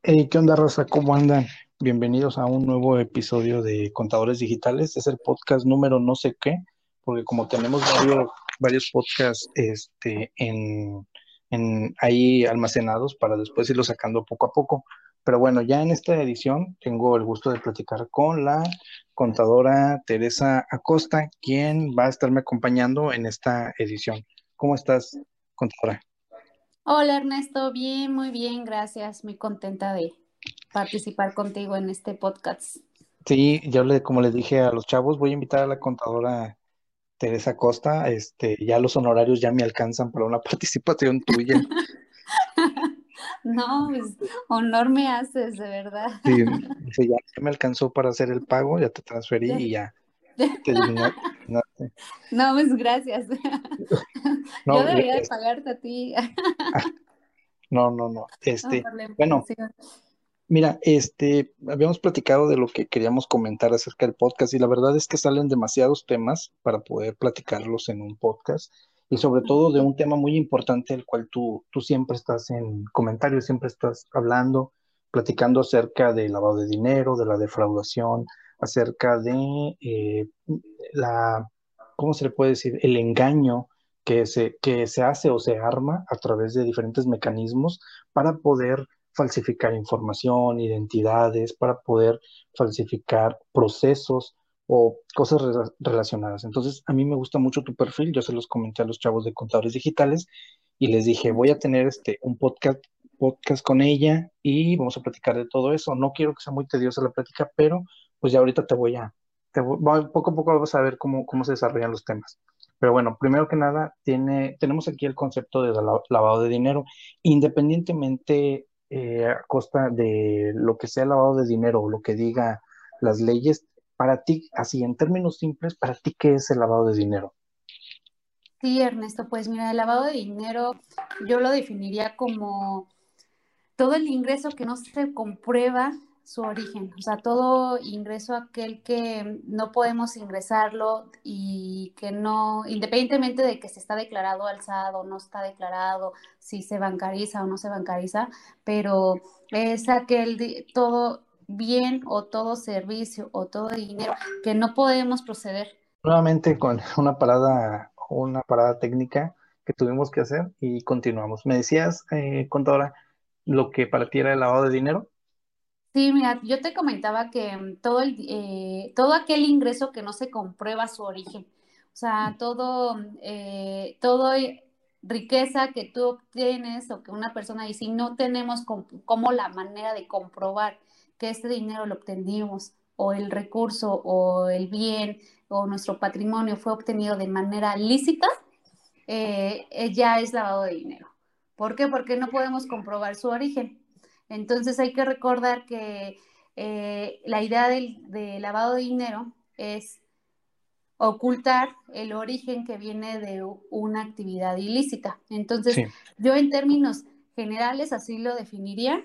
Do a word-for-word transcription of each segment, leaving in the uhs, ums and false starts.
Hey, ¿qué onda, raza? ¿Cómo andan? Bienvenidos a un nuevo episodio de Contadores Digitales. Es el podcast número no sé qué, porque como tenemos varios, varios podcasts este, en, en ahí almacenados para después irlos sacando poco a poco. Pero bueno, ya en esta edición tengo el gusto de platicar con la contadora Teresa Acosta, quien va a estarme acompañando en esta edición. ¿Cómo estás, contadora? Hola Ernesto, bien, muy bien, gracias. Muy contenta de participar contigo en este podcast. Sí, yo le, como les dije a los chavos, voy a invitar a la contadora Teresa Costa. Este, ya los honorarios ya me alcanzan para una participación tuya. No, pues honor me haces, de verdad. Sí, dice, ya, ya me alcanzó para hacer el pago, ya te transferí Ya- y ya te digna- dignaste. No, pues gracias. Yo No, debería de es- pagarte a ti. ah, no, no, no. No, Este, por la bueno, invitación. mira, este, habíamos platicado de lo que queríamos comentar acerca del podcast y la verdad es que salen demasiados temas para poder platicarlos en un podcast y sobre todo de un tema muy importante el cual tú, tú siempre estás en comentarios, siempre estás hablando, platicando acerca del lavado de dinero, de la defraudación, acerca de eh, la, ¿cómo se le puede decir? El engaño que se, que se hace o se arma a través de diferentes mecanismos para poder falsificar información, identidades, para poder falsificar procesos o cosas re- relacionadas. Entonces, a mí me gusta mucho tu perfil, yo se los comenté a los chavos de Contadores Digitales y les dije, voy a tener este, un podcast, podcast con ella y vamos a platicar de todo eso. No quiero que sea muy tediosa la plática, pero pues ya ahorita te voy a, te voy- voy- poco a poco vamos a ver cómo, cómo se desarrollan los temas. Pero bueno, primero que nada, tiene, tenemos aquí el concepto de la- lavado de dinero. Independientemente eh, a costa de lo que sea lavado de dinero o lo que diga las leyes, para ti, así en términos simples, para ti, ¿qué es el lavado de dinero? Sí, Ernesto, pues mira, el lavado de dinero yo lo definiría como todo el ingreso que no se comprueba su origen, o sea, todo ingreso aquel que no podemos ingresarlo y que no, independientemente de que se está declarado alzado o no está declarado, si se bancariza o no se bancariza, pero es aquel di- todo bien o todo servicio o todo dinero que no podemos proceder. Nuevamente con una parada, una parada técnica que tuvimos que hacer y continuamos. Me decías, eh, contadora, lo que para ti era el lavado de dinero. Sí, mira, yo te comentaba que mm, todo el, eh, todo aquel ingreso que no se comprueba su origen, o sea, todo, mm, eh, todo eh, riqueza que tú obtienes o que una persona, y si no tenemos com- como la manera de comprobar que este dinero lo obtenimos, o el recurso, o el bien, o nuestro patrimonio fue obtenido de manera lícita, eh, eh, ya es lavado de dinero. ¿Por qué? Porque no podemos comprobar su origen. Entonces hay que recordar que eh, la idea del, de lavado de dinero es ocultar el origen que viene de una actividad ilícita. Entonces, Sí, yo en términos generales así lo definiría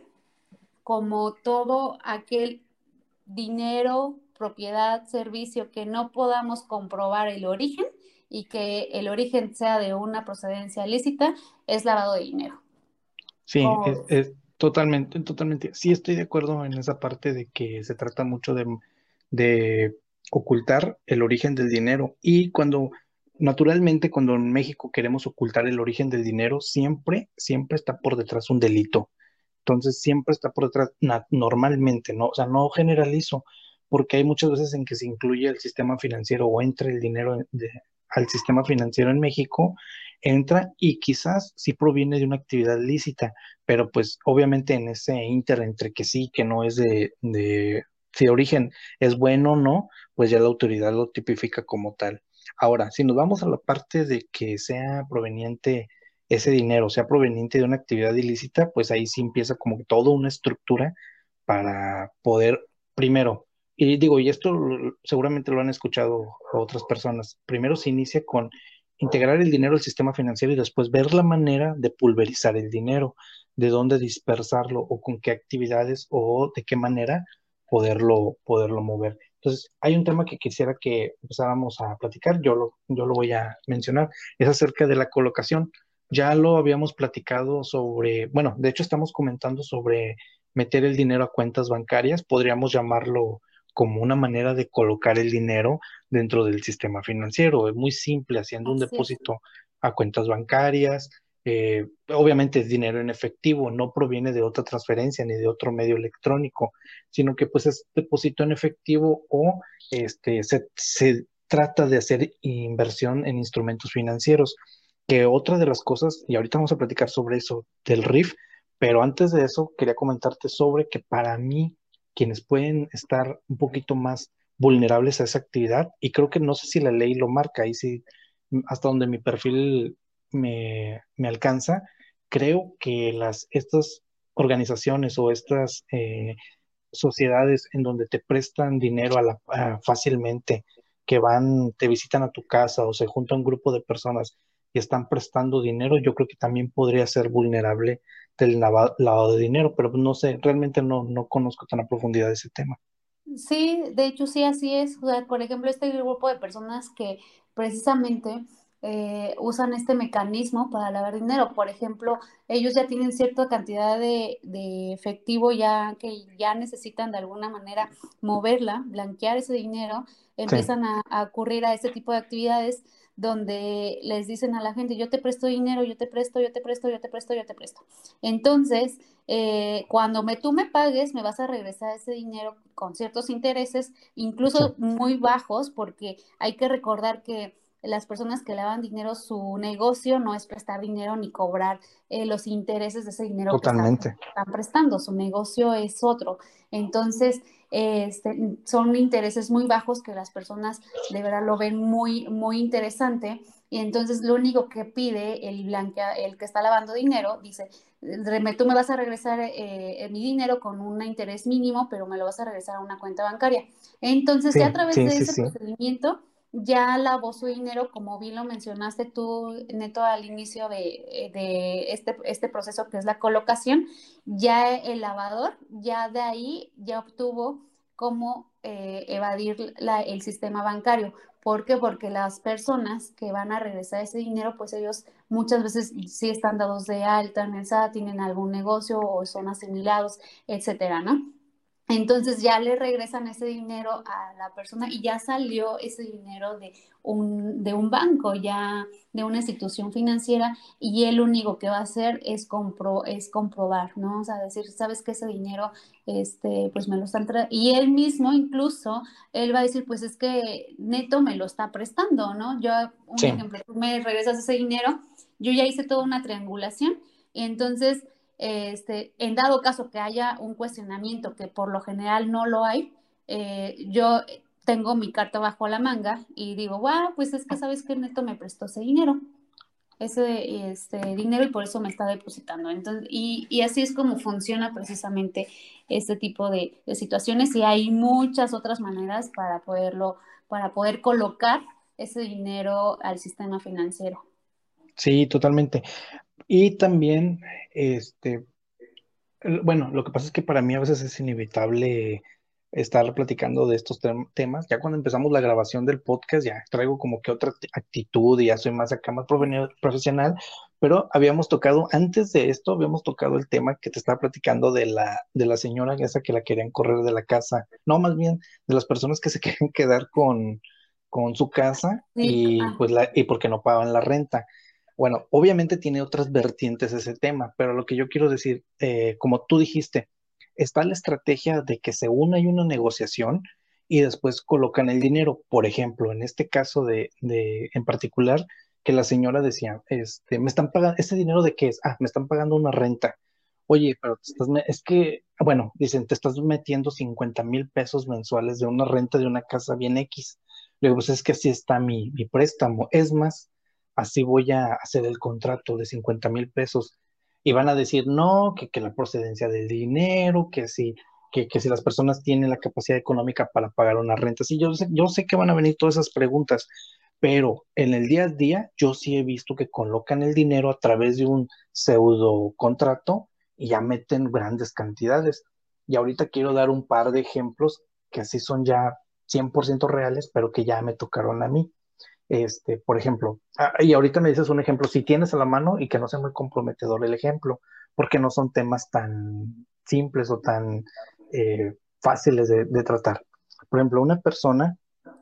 como todo aquel dinero, propiedad, servicio que no podamos comprobar el origen y que el origen sea de una procedencia lícita, es lavado de dinero. sí, ¿Cómo es, ves? es totalmente, totalmente. Sí, estoy de acuerdo en esa parte de que se trata mucho de, de ocultar el origen del dinero. Y cuando, naturalmente, cuando en México queremos ocultar el origen del dinero, siempre, siempre está por detrás un delito. Entonces siempre está por detrás, na- normalmente, ¿no? O sea, no generalizo, porque hay muchas veces en que se incluye el sistema financiero o entra el dinero de- al sistema financiero en México, entra y quizás sí proviene de una actividad lícita, pero pues obviamente en ese inter entre que sí, que no es de, de, si de origen es bueno o no, pues ya la autoridad lo tipifica como tal. Ahora, si nos vamos a la parte de que sea proveniente ese dinero sea proveniente de una actividad ilícita, pues ahí sí empieza como que toda una estructura para poder, primero, y digo, y esto lo- seguramente lo han escuchado otras personas, primero se inicia con integrar el dinero al sistema financiero y después ver la manera de pulverizar el dinero, de dónde dispersarlo o con qué actividades o de qué manera poderlo, poderlo mover. Entonces, hay un tema que quisiera que empezáramos a platicar, yo lo, yo lo voy a mencionar, es acerca de la colocación. Ya lo habíamos platicado sobre, bueno, de hecho estamos comentando sobre meter el dinero a cuentas bancarias, podríamos llamarlo como una manera de colocar el dinero dentro del sistema financiero. Es muy simple, haciendo un Así es. depósito a cuentas bancarias. Eh, obviamente es dinero en efectivo, no proviene de otra transferencia ni de otro medio electrónico, sino que pues es depósito en efectivo o este, se, se trata de hacer inversión en instrumentos financieros. Que otra de las cosas, y ahorita vamos a platicar sobre eso, del R I F, pero antes de eso quería comentarte sobre que para mí, quienes pueden estar un poquito más vulnerables a esa actividad, y creo que no sé si la ley lo marca, y si hasta donde mi perfil me, me alcanza, creo que las, estas organizaciones o estas eh, sociedades en donde te prestan dinero a la, a- fácilmente, que van, te visitan a tu casa o se junta un grupo de personas y están prestando dinero, yo creo que también podría ser vulnerable del lava- lavado de dinero, pero no sé, realmente no, no conozco tan a profundidad ese tema. Sí, de hecho sí, así es. O sea, por ejemplo, este grupo de personas que precisamente eh, usan este mecanismo para lavar dinero. Por ejemplo, ellos ya tienen cierta cantidad de, de efectivo ya que ya necesitan de alguna manera moverla, blanquear ese dinero, Sí, empiezan a, a ocurrir a este tipo de actividades donde les dicen a la gente, yo te presto dinero, yo te presto, yo te presto, yo te presto, yo te presto. Entonces, eh, cuando me, tú me pagues, me vas a regresar ese dinero con ciertos intereses, sí, incluso muy bajos, porque hay que recordar que las personas que lavan dinero, su negocio no es prestar dinero ni cobrar eh, los intereses de ese dinero que están, totalmente. están prestando, su negocio es otro. Entonces, eh, este, son intereses muy bajos que las personas de verdad lo ven muy, muy interesante. Y entonces lo único que pide el blanquea, el que está lavando dinero, dice, tú me vas a regresar eh, mi dinero con un interés mínimo, pero me lo vas a regresar a una cuenta bancaria. Entonces, Sí, ya a través sí, de sí, ese sí, procedimiento, ya lavó su dinero, como bien lo mencionaste tú, Neto, al inicio de, de este, este proceso que es la colocación, ya el lavador, ya de ahí, ya obtuvo cómo eh, evadir la, el sistema bancario. ¿Por qué? Porque las personas que van a regresar ese dinero, pues ellos muchas veces sí están dados de alta en el S A T, tienen algún negocio o son asimilados, etcétera, ¿no? Entonces ya le regresan ese dinero a la persona y ya salió ese dinero de un, de un banco, ya de una institución financiera, y él lo único que va a hacer es, compro, es comprobar, ¿no? O sea, decir, sabes que ese dinero, este, pues me lo están trayendo. Y él mismo incluso, él va a decir, pues es que Neto me lo está prestando, ¿no? Yo, un sí, ejemplo, tú me regresas ese dinero, yo ya hice toda una triangulación, y entonces este, en dado caso que haya un cuestionamiento, que por lo general no lo hay, eh, yo tengo mi carta bajo la manga y digo, wow, pues es que sabes que Neto me prestó ese dinero, ese este, dinero y por eso me está depositando. Entonces, y, y así es como funciona precisamente este tipo de, de situaciones y hay muchas otras maneras para poderlo, para poder colocar ese dinero al sistema financiero. sí, totalmente. Y también, este, el- bueno, lo que pasa es que para mí a veces es inevitable estar platicando de estos tem- temas. Ya cuando empezamos la grabación del podcast, ya traigo como que otra acti- actitud y ya soy más acá, más profene- profesional. Pero habíamos tocado, antes de esto, habíamos tocado el tema que te estaba platicando de la, de la señora esa que la querían correr de la casa. No, más bien de las personas que se querían quedar con, con su casa Sí, y ah, pues la, y porque no pagaban la renta. Bueno, obviamente tiene otras vertientes ese tema, pero lo que yo quiero decir, eh, como tú dijiste, está la estrategia de que según hay una negociación y después colocan el dinero. Por ejemplo, en este caso de, de en particular, que la señora decía, este, me están pagando, ¿este dinero de qué es? Ah, me están pagando una renta. Oye, pero te estás, me- es que, bueno, dicen, te estás metiendo cincuenta mil pesos mensuales de una renta de una casa bien X. Le digo, pues es que así está mi, mi préstamo. Es más, así voy a hacer el contrato de cincuenta mil pesos. Y van a decir, no, que, que la procedencia del dinero, que si, que, que si las personas tienen la capacidad económica para pagar una renta. Sí, yo sé, yo sé que van a venir todas esas preguntas, pero en el día a día yo sí he visto que colocan el dinero a través de un pseudo contrato y ya meten grandes cantidades. Y ahorita quiero dar un par de ejemplos que así son ya cien por ciento reales, pero que ya me tocaron a mí. Este, por ejemplo, ah, y ahorita me dices un ejemplo, si tienes a la mano y que no sea muy comprometedor el ejemplo, porque no son temas tan simples o tan eh, fáciles de, de tratar. Por ejemplo, una persona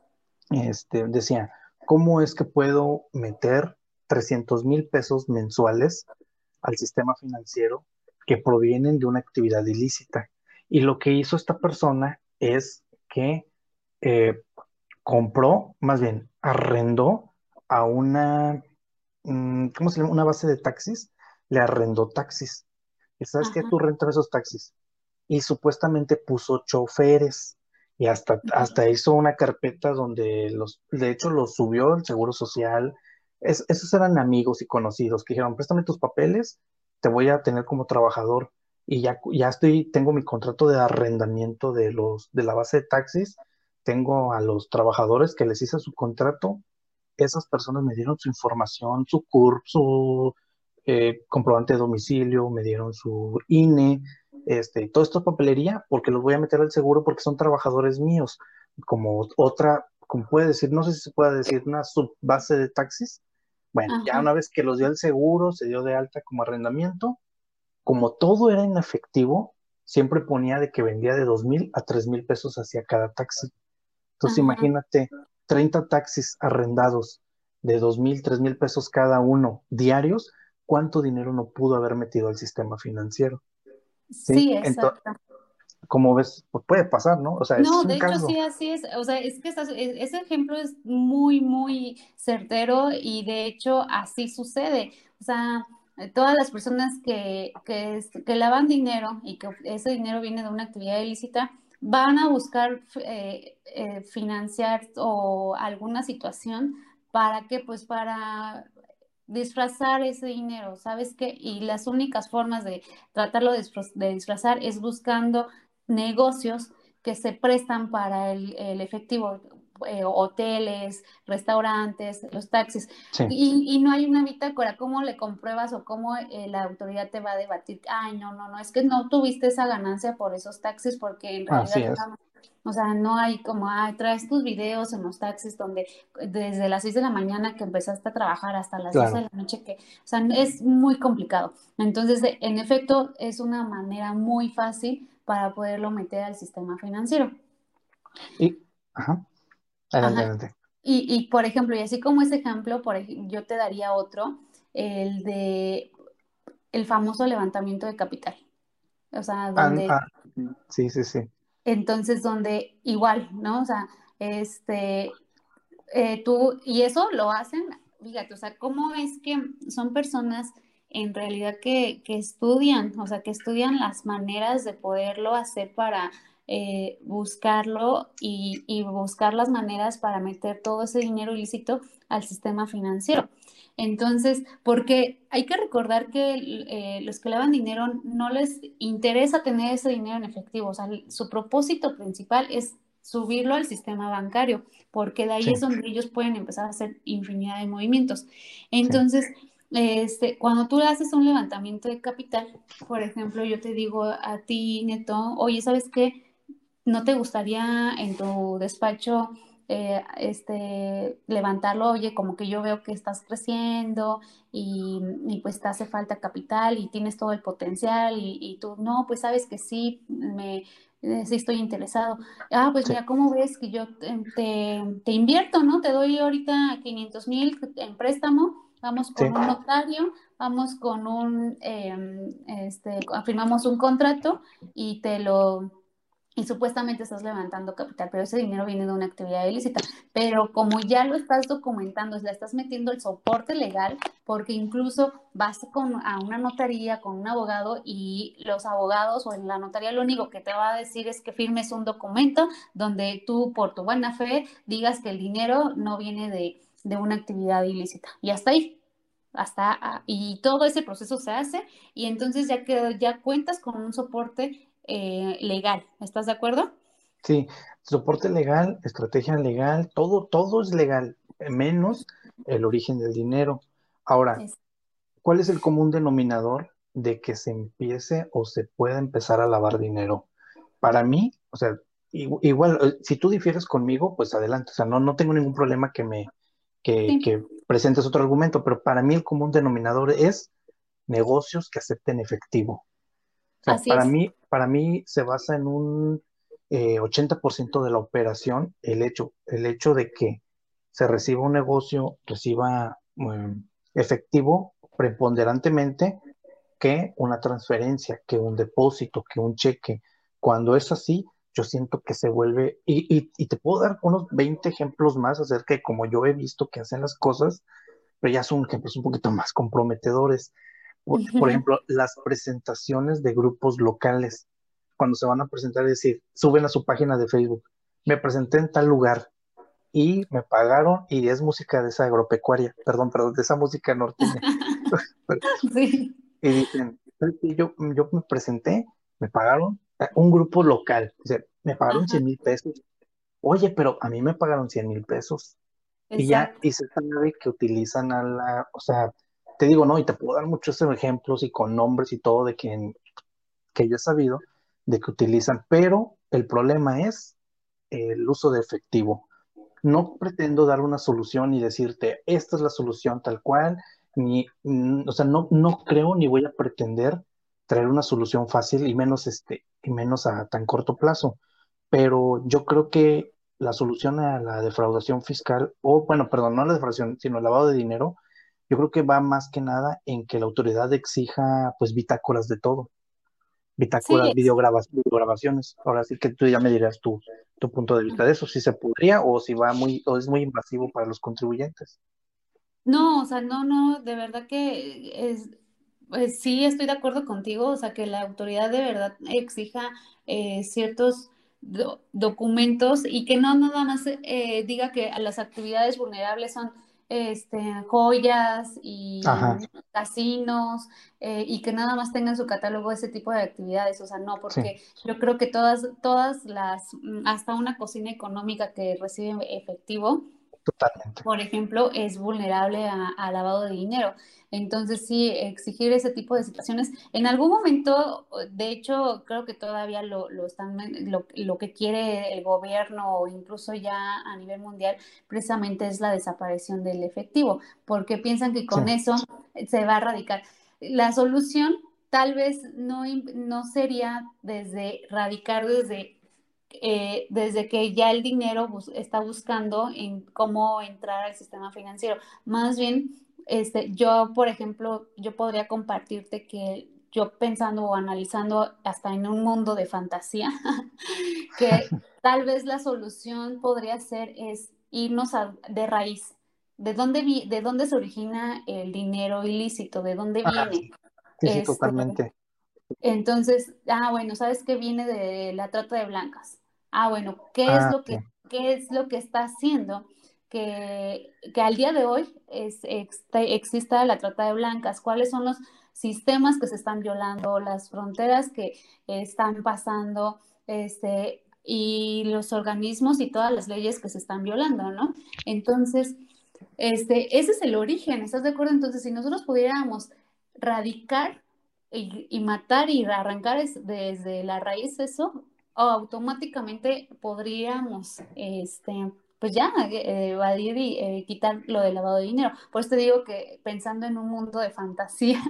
este, decía, ¿cómo es que puedo meter trescientos mil pesos mensuales al sistema financiero que provienen de una actividad ilícita? Y lo que hizo esta persona es que eh, compró, más bien, arrendó a una, mm, ¿cómo se llama? Una base de taxis, le arrendó taxis. ¿Y sabes qué? Ajá. Tú rentas esos taxis y supuestamente puso choferes y hasta, hasta hizo una carpeta donde los, de hecho los subió el Seguro Social. Es- esos eran amigos y conocidos que dijeron, préstame tus papeles, te voy a tener como trabajador y ya, ya estoy, tengo mi contrato de arrendamiento de los, de la base de taxis, tengo a los trabajadores que les hice su contrato, esas personas me dieron su información, su C U R P, su eh, comprobante de domicilio, me dieron su I N E, este, todo esto es papelería porque los voy a meter al seguro porque son trabajadores míos, como otra, como puede decir, no sé si se puede decir, una subbase de taxis. Bueno, ya Ajá. una vez que los dio el seguro, se dio de alta como arrendamiento, como todo era en efectivo, siempre ponía de que vendía de dos mil a tres mil pesos hacia cada taxi. Entonces Ajá. imagínate, treinta taxis arrendados de dos mil, tres mil pesos cada uno diarios, ¿cuánto dinero no pudo haber metido al sistema financiero? ¿Sí? Sí, Entonces, exacto. como ves, pues puede pasar, ¿no? O sea, ese es No, un de hecho caso. sí, así es. O sea, es que estás- e- ese ejemplo es muy, muy certero y de hecho así sucede. O sea, eh, todas las personas que, que, es- que lavan dinero y que ese dinero viene de una actividad ilícita, van a buscar eh, eh, financiar o alguna situación para que, pues para disfrazar ese dinero, ¿sabes qué? Y las únicas formas de tratarlo de disfraz- de disfrazar es buscando negocios que se prestan para el, el efectivo, eh, hoteles, restaurantes, los taxis, Sí, y, y no hay una bitácora. ¿Cómo le compruebas o cómo eh, la autoridad te va a debatir? Ay, no, no, no, es que no tuviste esa ganancia por esos taxis porque en así realidad, es. no, o sea, no hay como, ay, traes tus videos en los taxis donde desde las seis de la mañana que empezaste a trabajar hasta las doce de Claro. la noche, que, o sea, es muy complicado. Entonces, de- en efecto, es una manera muy fácil para poderlo meter al sistema financiero. Y, ajá, adelante, Ajá. adelante. Y, y, por ejemplo, y así como ese ejemplo, por ej- yo te daría otro, el de el famoso levantamiento de capital. O sea, Ah, donde, ah, sí, sí, sí. entonces, donde igual, ¿no? O sea, este, eh, tú, y eso lo hacen, fíjate, o sea, ¿cómo es que son personas en realidad que, que estudian, o sea, que estudian las maneras de poderlo hacer para eh, buscarlo y, y buscar las maneras para meter todo ese dinero ilícito al sistema financiero? Entonces, porque hay que recordar que eh, los que lavan dinero no les interesa tener ese dinero en efectivo, o sea, su propósito principal es subirlo al sistema bancario porque de ahí Sí, es donde ellos pueden empezar a hacer infinidad de movimientos. sí, Entonces, este, cuando tú haces un levantamiento de capital, por ejemplo, yo te digo a ti, Neto, oye, ¿sabes qué? ¿No te gustaría en tu despacho eh, este, levantarlo? Oye, como que yo veo que estás creciendo y, y pues te hace falta capital y tienes todo el potencial y, y tú, no, pues sabes que sí, me, eh, sí estoy interesado. Ah, pues sí, mira, ¿cómo ves que yo te, te, te invierto, ¿no? Te doy ahorita quinientos mil en préstamo, vamos sí, con un notario, vamos con un, eh, este, firmamos un contrato y te lo y supuestamente estás levantando capital, pero ese dinero viene de una actividad ilícita. Pero como ya lo estás documentando, le estás metiendo el soporte legal, porque incluso vas con, a una notaría con un abogado y los abogados o en la notaría lo único que te va a decir es que firmes un documento donde tú por tu buena fe digas que el dinero no viene de, de una actividad ilícita. Y hasta ahí. Hasta, ah, y todo ese proceso se hace y entonces ya que ya cuentas con un soporte eh, legal. ¿Estás de acuerdo? sí. Soporte legal, estrategia legal, todo, todo es legal, menos el origen del dinero. Ahora, Es- ¿cuál es el común denominador de que se empiece o se pueda empezar a lavar dinero? Para mí, o sea, igu- igual, eh, si tú difieres conmigo, pues adelante, o sea, no, no tengo ningún problema que me, que, sí, que presentes otro argumento, pero para mí el común denominador es negocios que acepten efectivo. O sea, Así para es. mí, para mí se basa en un eh, ochenta por ciento de la operación el hecho, el hecho de que se reciba un negocio, reciba eh, efectivo preponderantemente que una transferencia, que un depósito, que un cheque. Cuando es así, yo siento que se vuelve, y, y, y te puedo dar unos veinte ejemplos más acerca de cómo yo he visto que hacen las cosas, pero ya son ejemplos un poquito más comprometedores. Por, por ejemplo, las presentaciones de grupos locales, cuando se van a presentar, es decir, suben a su página de Facebook, me presenté en tal lugar y me pagaron y es música de esa agropecuaria, perdón, perdón, de esa música norteña. Sí. Y dicen, ¿sabes qué? Yo, yo me presenté, me pagaron, eh, un grupo local, dice, me pagaron Ajá, cien mil pesos. Oye, pero a mí me pagaron cien mil pesos. Y ya, exacto. y se sabe que utilizan a la, o sea, te digo, no, y te puedo dar muchos ejemplos y con nombres y todo de que, que yo he sabido de que utilizan, pero el problema es el uso de efectivo. No pretendo dar una solución y decirte, esta es la solución tal cual, ni, mm, o sea, no, no creo ni voy a pretender traer una solución fácil y menos, este, y menos a tan corto plazo. Pero yo creo que la solución a la defraudación fiscal, o bueno, perdón, no la defraudación, sino el lavado de dinero, yo creo que va más que nada en que la autoridad exija, pues, bitácoras de todo, Sí, bitácoras, videograbas, videograbaciones. Ahora sí que tú ya me dirás tu, tu punto de vista de eso, si se podría o si va muy, o es muy invasivo para los contribuyentes. no, o sea, no, no, de verdad que es, pues sí, estoy de acuerdo contigo, o sea, que la autoridad de verdad exija eh, ciertos do- documentos y que no nada más eh, diga que las actividades vulnerables son este, joyas y Ajá, casinos eh, y que nada más tenga en su catálogo ese tipo de actividades, o sea, no, sí, porque yo creo que todas, todas las, mm, hasta una cocina económica que recibe efectivo totalmente. por ejemplo, es vulnerable a, a lavado de dinero. Entonces, sí, exigir ese tipo de situaciones. En algún momento, de hecho, creo que todavía lo, lo están, lo, lo que quiere el gobierno o incluso ya a nivel mundial, precisamente es la desaparición del efectivo, porque piensan que Sí, con eso se va a erradicar. La solución tal vez no, im- no sería desde radicar desde eh, desde que ya el dinero bus- está buscando en cómo entrar al sistema financiero. Más bien, este, yo, por ejemplo, yo podría compartirte que yo pensando o analizando hasta en un mundo de fantasía, que tal vez la solución podría ser es irnos a- de raíz. ¿De dónde, vi- de dónde se origina el dinero ilícito? ¿De dónde ajá, viene? sí, sí, Este, totalmente. entonces, ah, bueno, ¿sabes qué viene de la trata de blancas? Ah, bueno, ¿qué es Ah, lo sí, que, qué es lo que está haciendo que, que al día de hoy es, existe- exista la trata de blancas? ¿Cuáles son los sistemas que se están violando, las fronteras que están pasando, este, y los organismos y todas las leyes que se están violando, ¿no? Entonces, este, ese es el origen, ¿estás de acuerdo? Entonces, si nosotros pudiéramos radicar y, y matar y arrancar es- desde la raíz eso, automáticamente podríamos, este, pues ya, eh, evadir y eh, quitar lo del lavado de dinero. Por eso te digo que pensando en un mundo de fantasía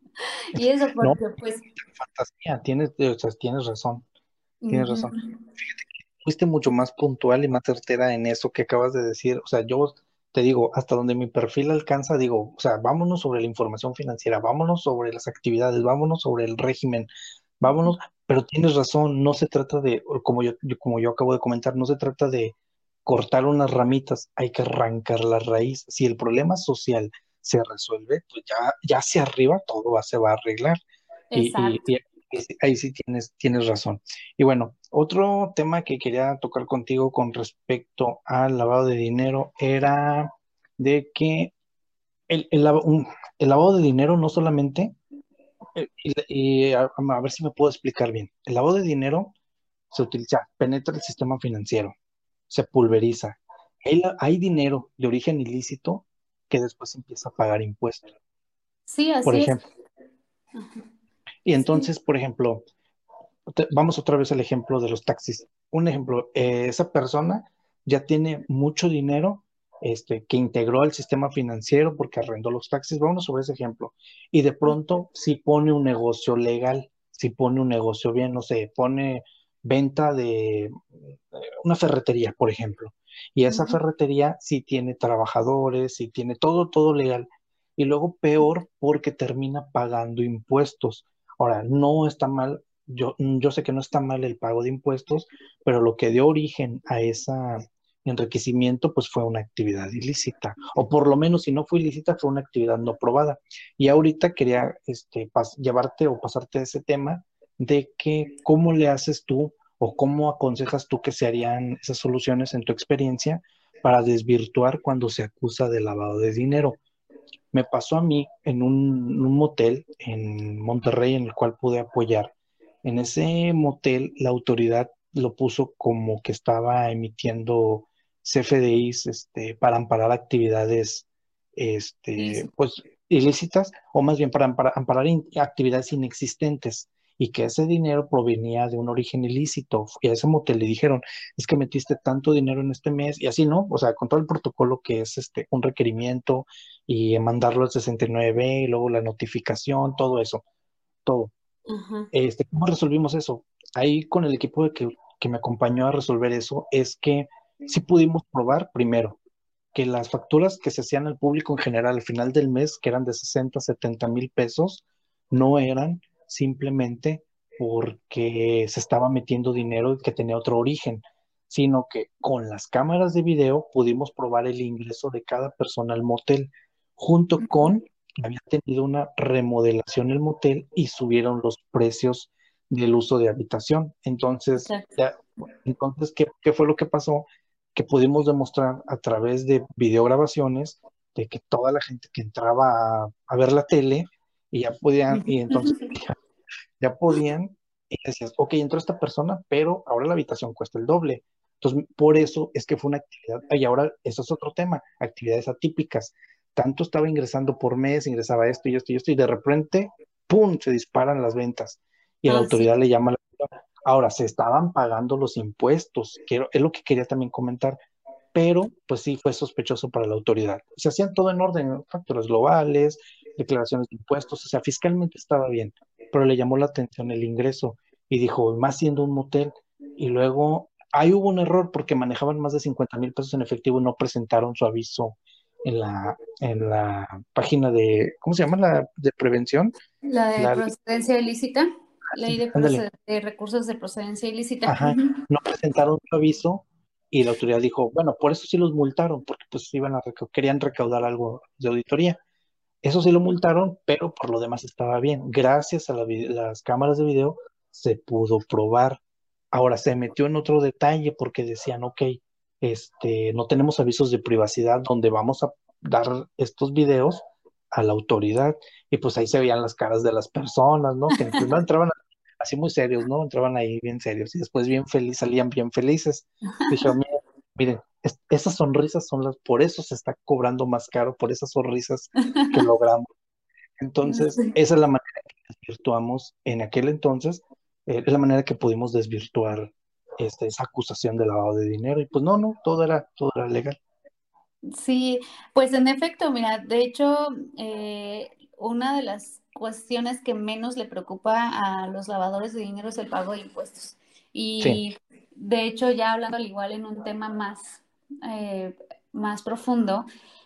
y eso, no, porque pues, fantasía, tienes, o sea, tienes razón, tienes ujú, razón. Fuiste mucho más puntual y más certera en eso que acabas de decir. O sea, yo te digo, hasta donde mi perfil alcanza, digo, o sea, vámonos sobre la información financiera, vámonos sobre las actividades, vámonos sobre el régimen, vámonos, pero tienes razón, no se trata de, como yo, yo- como yo acabo de comentar, no se trata de cortar unas ramitas, hay que arrancar la raíz. Si el problema social se resuelve, pues ya, ya hacia arriba todo va, se va a arreglar. Y, y, exacto. y ahí sí ahí sí tienes, tienes razón. Y bueno, otro tema que quería tocar contigo con respecto al lavado de dinero era de que el, el lava- un- el lavado de dinero no solamente, eh, y, y a, a ver si me puedo explicar bien, el lavado de dinero se utiliza, penetra el sistema financiero, se pulveriza. Hay, la- hay dinero de origen ilícito que después empieza a pagar impuestos, Sí, por así es. ejemplo. Y Sí, entonces, por ejemplo, te- vamos otra vez al ejemplo de los taxis. Un ejemplo, eh, esa persona ya tiene mucho dinero este, que integró al sistema financiero porque arrendó los taxis. Vamos sobre ese ejemplo. Y de pronto sí pone un negocio legal. si pone un negocio bien, no sé, pone venta de eh, una ferretería, por ejemplo, y esa Ujú. ferretería sí tiene trabajadores, sí tiene todo, todo legal, y luego peor porque termina pagando impuestos. Ahora, no está mal, yo, yo sé que no está mal el pago de impuestos, pero lo que dio origen a ese enriquecimiento, pues fue una actividad ilícita, o por lo menos si no fue ilícita, fue una actividad no probada. Y ahorita quería este, pas- llevarte o pasarte ese tema de que cómo le haces tú o cómo aconsejas tú que se harían esas soluciones en tu experiencia para desvirtuar cuando se acusa de lavado de dinero. Me pasó a mí en un, en un motel en Monterrey en el cual pude apoyar. En ese motel la autoridad lo puso como que estaba emitiendo C F D Is este, para amparar actividades Sí, este, sí. pues, ilícitas o más bien para amparar, amparar in- actividades inexistentes y que ese dinero provenía de un origen ilícito. Y a ese motel le dijeron, es que metiste tanto dinero en este mes y así, ¿no? O sea, con todo el protocolo que es este, un requerimiento y mandarlo al sesenta y nueve B y luego la notificación, todo eso, todo. Ajá. Este, ¿cómo resolvimos eso? Ahí con el equipo de que, que me acompañó a resolver eso, es que sí pudimos probar primero que las facturas que se hacían al público en general al final del mes, que eran de sesenta, setenta mil pesos, no eran simplemente porque se estaba metiendo dinero que tenía otro origen, sino que con las cámaras de video pudimos probar el ingreso de cada persona al motel, junto con que había tenido una remodelación el motel y subieron los precios del uso de habitación. Entonces, Exacto. ya, entonces, ¿qué, qué fue lo que pasó? Que pudimos demostrar a través de videograbaciones de que toda la gente que entraba a, a ver la tele y ya podían, y entonces ya podían, y decías, ok, entró esta persona, pero ahora la habitación cuesta el doble. Entonces, por eso es que fue una actividad, y ahora eso es otro tema, actividades atípicas. Tanto estaba ingresando por mes, ingresaba esto y esto y esto, y de repente, ¡pum!, se disparan las ventas y a la Así. autoridad le llama la atención. Ahora, se estaban pagando los impuestos, quiero, es lo que quería también comentar, pero pues sí fue sospechoso para la autoridad. Se hacían todo en orden, facturas globales, declaraciones de impuestos, o sea, fiscalmente estaba bien, pero le llamó la atención el ingreso y dijo, más siendo un motel, y luego ahí hubo un error porque manejaban más de cincuenta mil pesos en efectivo y no presentaron su aviso en la, en la página de, ¿cómo se llama? La de prevención, La de la, procedencia ilícita, ley sí, de, ándale, proced- de recursos de procedencia ilícita. ajá, Ujú. no presentaron su aviso y la autoridad dijo, bueno, por eso sí los multaron, porque pues iban a reca- querían recaudar algo de auditoría. Eso sí lo multaron, pero por lo demás estaba bien. Gracias a la vi- las cámaras de video se pudo probar. Ahora se metió en otro detalle porque decían, ok, este, no tenemos avisos de privacidad donde vamos a dar estos videos a la autoridad. Y pues ahí se veían las caras de las personas, ¿no? Que primero entraban así muy serios, ¿no? Entraban ahí bien serios y después bien felices, salían bien felices. Dijeron, miren, miren, es- esas sonrisas son las, por eso se está cobrando más caro, por esas sonrisas que logramos. Entonces, Sí. esa es la manera que desvirtuamos en aquel entonces, eh, es la manera que pudimos desvirtuar este, esa acusación de lavado de dinero. Y pues no, no, todo era, todo era legal. Sí, pues en efecto, mira, de hecho, eh, una de las cuestiones que menos le preocupa a los lavadores de dinero es el pago de impuestos. Sí, Y de hecho, ya hablando al igual en un tema más, eh, más profundo,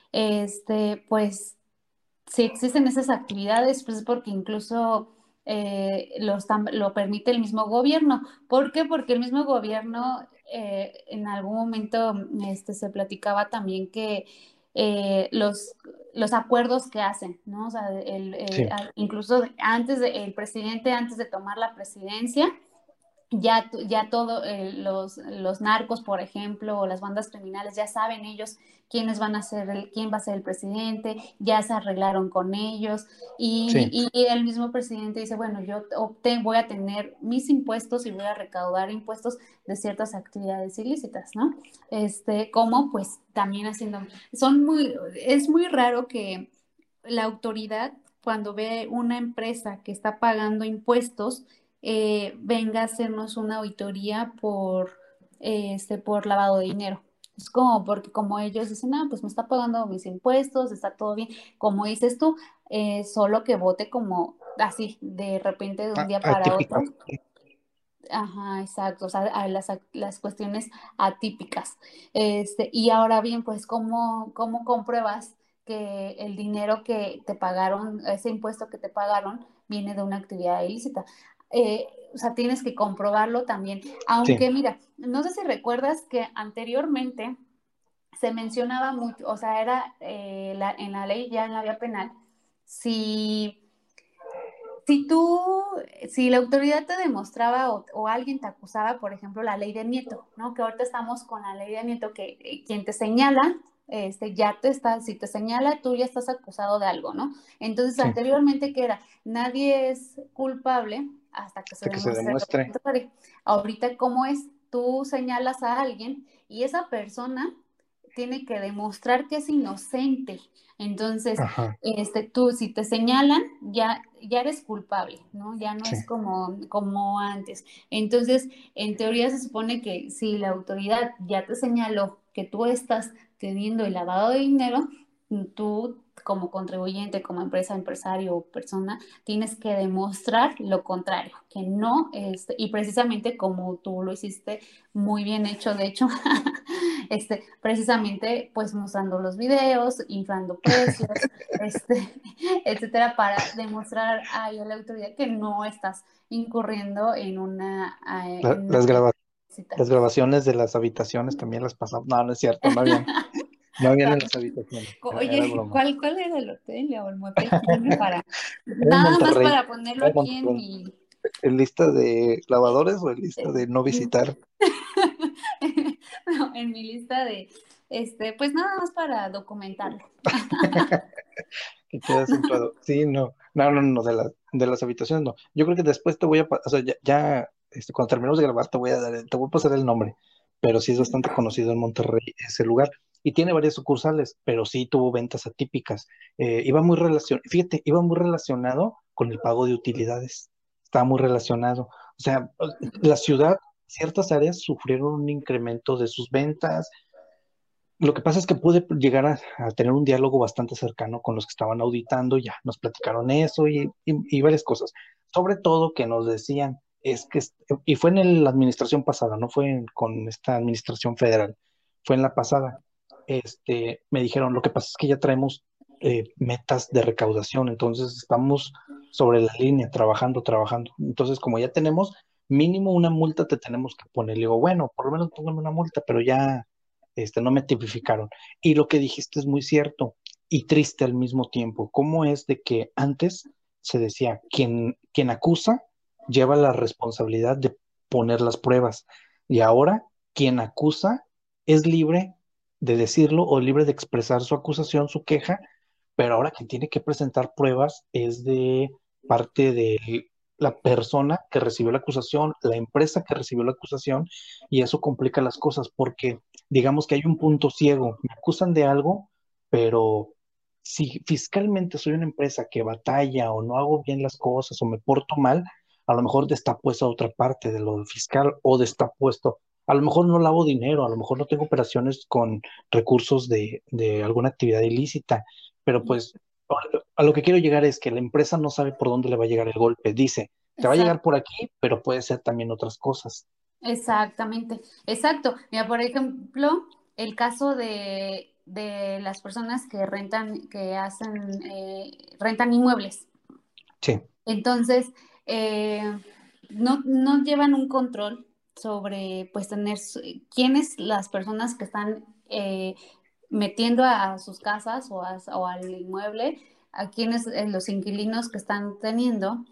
este, pues si existen esas actividades, pues es porque incluso eh, los tam- lo permite el mismo gobierno. ¿Por qué? Porque el mismo gobierno eh, en algún momento este, se platicaba también que eh, los, los acuerdos que hacen, ¿no? O sea, el, eh, sí, incluso antes de, el presidente, antes de tomar la presidencia, ya, ya todo, eh, los, los narcos, por ejemplo, o las bandas criminales, ya saben ellos quiénes van a ser, el, quién va a ser el presidente, ya se arreglaron con ellos sí, y, y el mismo presidente dice, bueno, yo opté, voy a tener mis impuestos y voy a recaudar impuestos de ciertas actividades ilícitas, ¿no? Este, como pues también haciendo, son muy, es muy raro que la autoridad cuando ve una empresa que está pagando impuestos, eh, venga a hacernos una auditoría por, eh, este, por lavado de dinero. Es como porque como ellos dicen, ah, pues me está pagando mis impuestos, está todo bien. Como dices tú, eh, solo que vote como así, de repente de un A- día para otro. atípico. Ajá, exacto, o sea, a las, las cuestiones atípicas. Este, y ahora bien, pues, ¿cómo, cómo compruebas que el dinero que te pagaron, ese impuesto que te pagaron, viene de una actividad ilícita? Eh, o sea, tienes que comprobarlo también. Sí, Aunque, mira, no sé si recuerdas que anteriormente se mencionaba mucho, o sea, era eh, la, en la ley, ya en la vía penal, si si tú, si la autoridad te demostraba o, o alguien te acusaba, por ejemplo, la ley de Nieto, ¿no? Que ahorita estamos con la ley de Nieto, que eh, quien te señala, este, ya te está, si te señala, tú ya estás acusado de algo, ¿no? Entonces, sí, anteriormente, ¿qué era? Nadie es culpable hasta que se hasta que se demuestre lo demuestre. contrario. Ahorita, ¿cómo es? Tú señalas a alguien y esa persona tiene que demostrar que es inocente. Entonces, Ajá, este, tú, si te señalan, ya, ya eres culpable, ¿no? Ya no sí. es como, como antes. Entonces, en teoría se supone que si la autoridad ya te señaló que tú estás teniendo el lavado de dinero, tú como contribuyente, como empresa, empresario o persona, tienes que demostrar lo contrario, que no, este, y precisamente como tú lo hiciste muy bien hecho, de hecho, este, precisamente pues mostrando los videos, inflando precios, este, etcétera, para demostrar a la autoridad que no estás incurriendo en una, eh, La- en una las grava- cita. las grabaciones de las habitaciones también las pasamos. No, no es cierto, no habían, no habían en las habitaciones. Era, era Oye, broma. ¿cuál, cuál era el hotel o el motel? Dime para, Era en nada más Monterrey, para ponerlo era en aquí en Monterrey. mi, ¿En lista de lavadores o en lista de no visitar? no, en mi lista de, este, pues nada más para documentarlo. Que queda acentuado. Sí, no, no, no, no, de las, de las habitaciones no. Yo creo que después te voy a, pa- o sea, ya, ya, este, cuando terminemos de grabar te voy a dar, el- te voy a pasar el nombre, pero sí es bastante conocido en Monterrey ese lugar y tiene varias sucursales, pero sí tuvo ventas atípicas. Eh, iba muy relacionado, fíjate, iba muy relacionado con el pago de utilidades. Estaba muy relacionado. O sea, la ciudad, ciertas áreas sufrieron un incremento de sus ventas. Lo que pasa es que pude llegar a, a tener un diálogo bastante cercano con los que estaban auditando, ya nos platicaron eso y, y- y varias cosas. Sobre todo que nos decían, es que, es- y fue en el- la administración pasada, no fue en- con esta administración federal, fue en la pasada. Este, me dijeron, lo que pasa es que ya traemos eh, metas de recaudación, entonces estamos sobre la línea, trabajando, trabajando. Entonces, como ya tenemos mínimo una multa, te tenemos que poner. Le digo, bueno, por lo menos póngame una multa, pero ya este, no me tipificaron. Y lo que dijiste es muy cierto y triste al mismo tiempo. ¿Cómo es de que antes se decía, quien, quien acusa lleva la responsabilidad de poner las pruebas y ahora quien acusa es libre de decirlo o libre de expresar su acusación, su queja, pero ahora quien tiene que presentar pruebas es de parte de la persona que recibió la acusación, la empresa que recibió la acusación, y eso complica las cosas porque digamos que hay un punto ciego, me acusan de algo, pero si fiscalmente soy una empresa que batalla o no hago bien las cosas o me porto mal, a lo mejor está puesto a otra parte de lo fiscal o está puesto, a lo mejor no lavo dinero, a lo mejor no tengo operaciones con recursos de, de alguna actividad ilícita, pero pues a lo que quiero llegar es que la empresa no sabe por dónde le va a llegar el golpe. Dice, te va a Exacto. llegar por aquí, pero puede ser también otras cosas. Exactamente, exacto. Mira, por ejemplo, el caso de, de las personas que rentan, que hacen, eh, rentan inmuebles. Sí, Entonces, eh, no, no llevan un control sobre, pues, tener su- quiénes las personas que están eh, metiendo a, a sus casas o, a- o al inmueble, a quienes eh, los inquilinos que están teniendo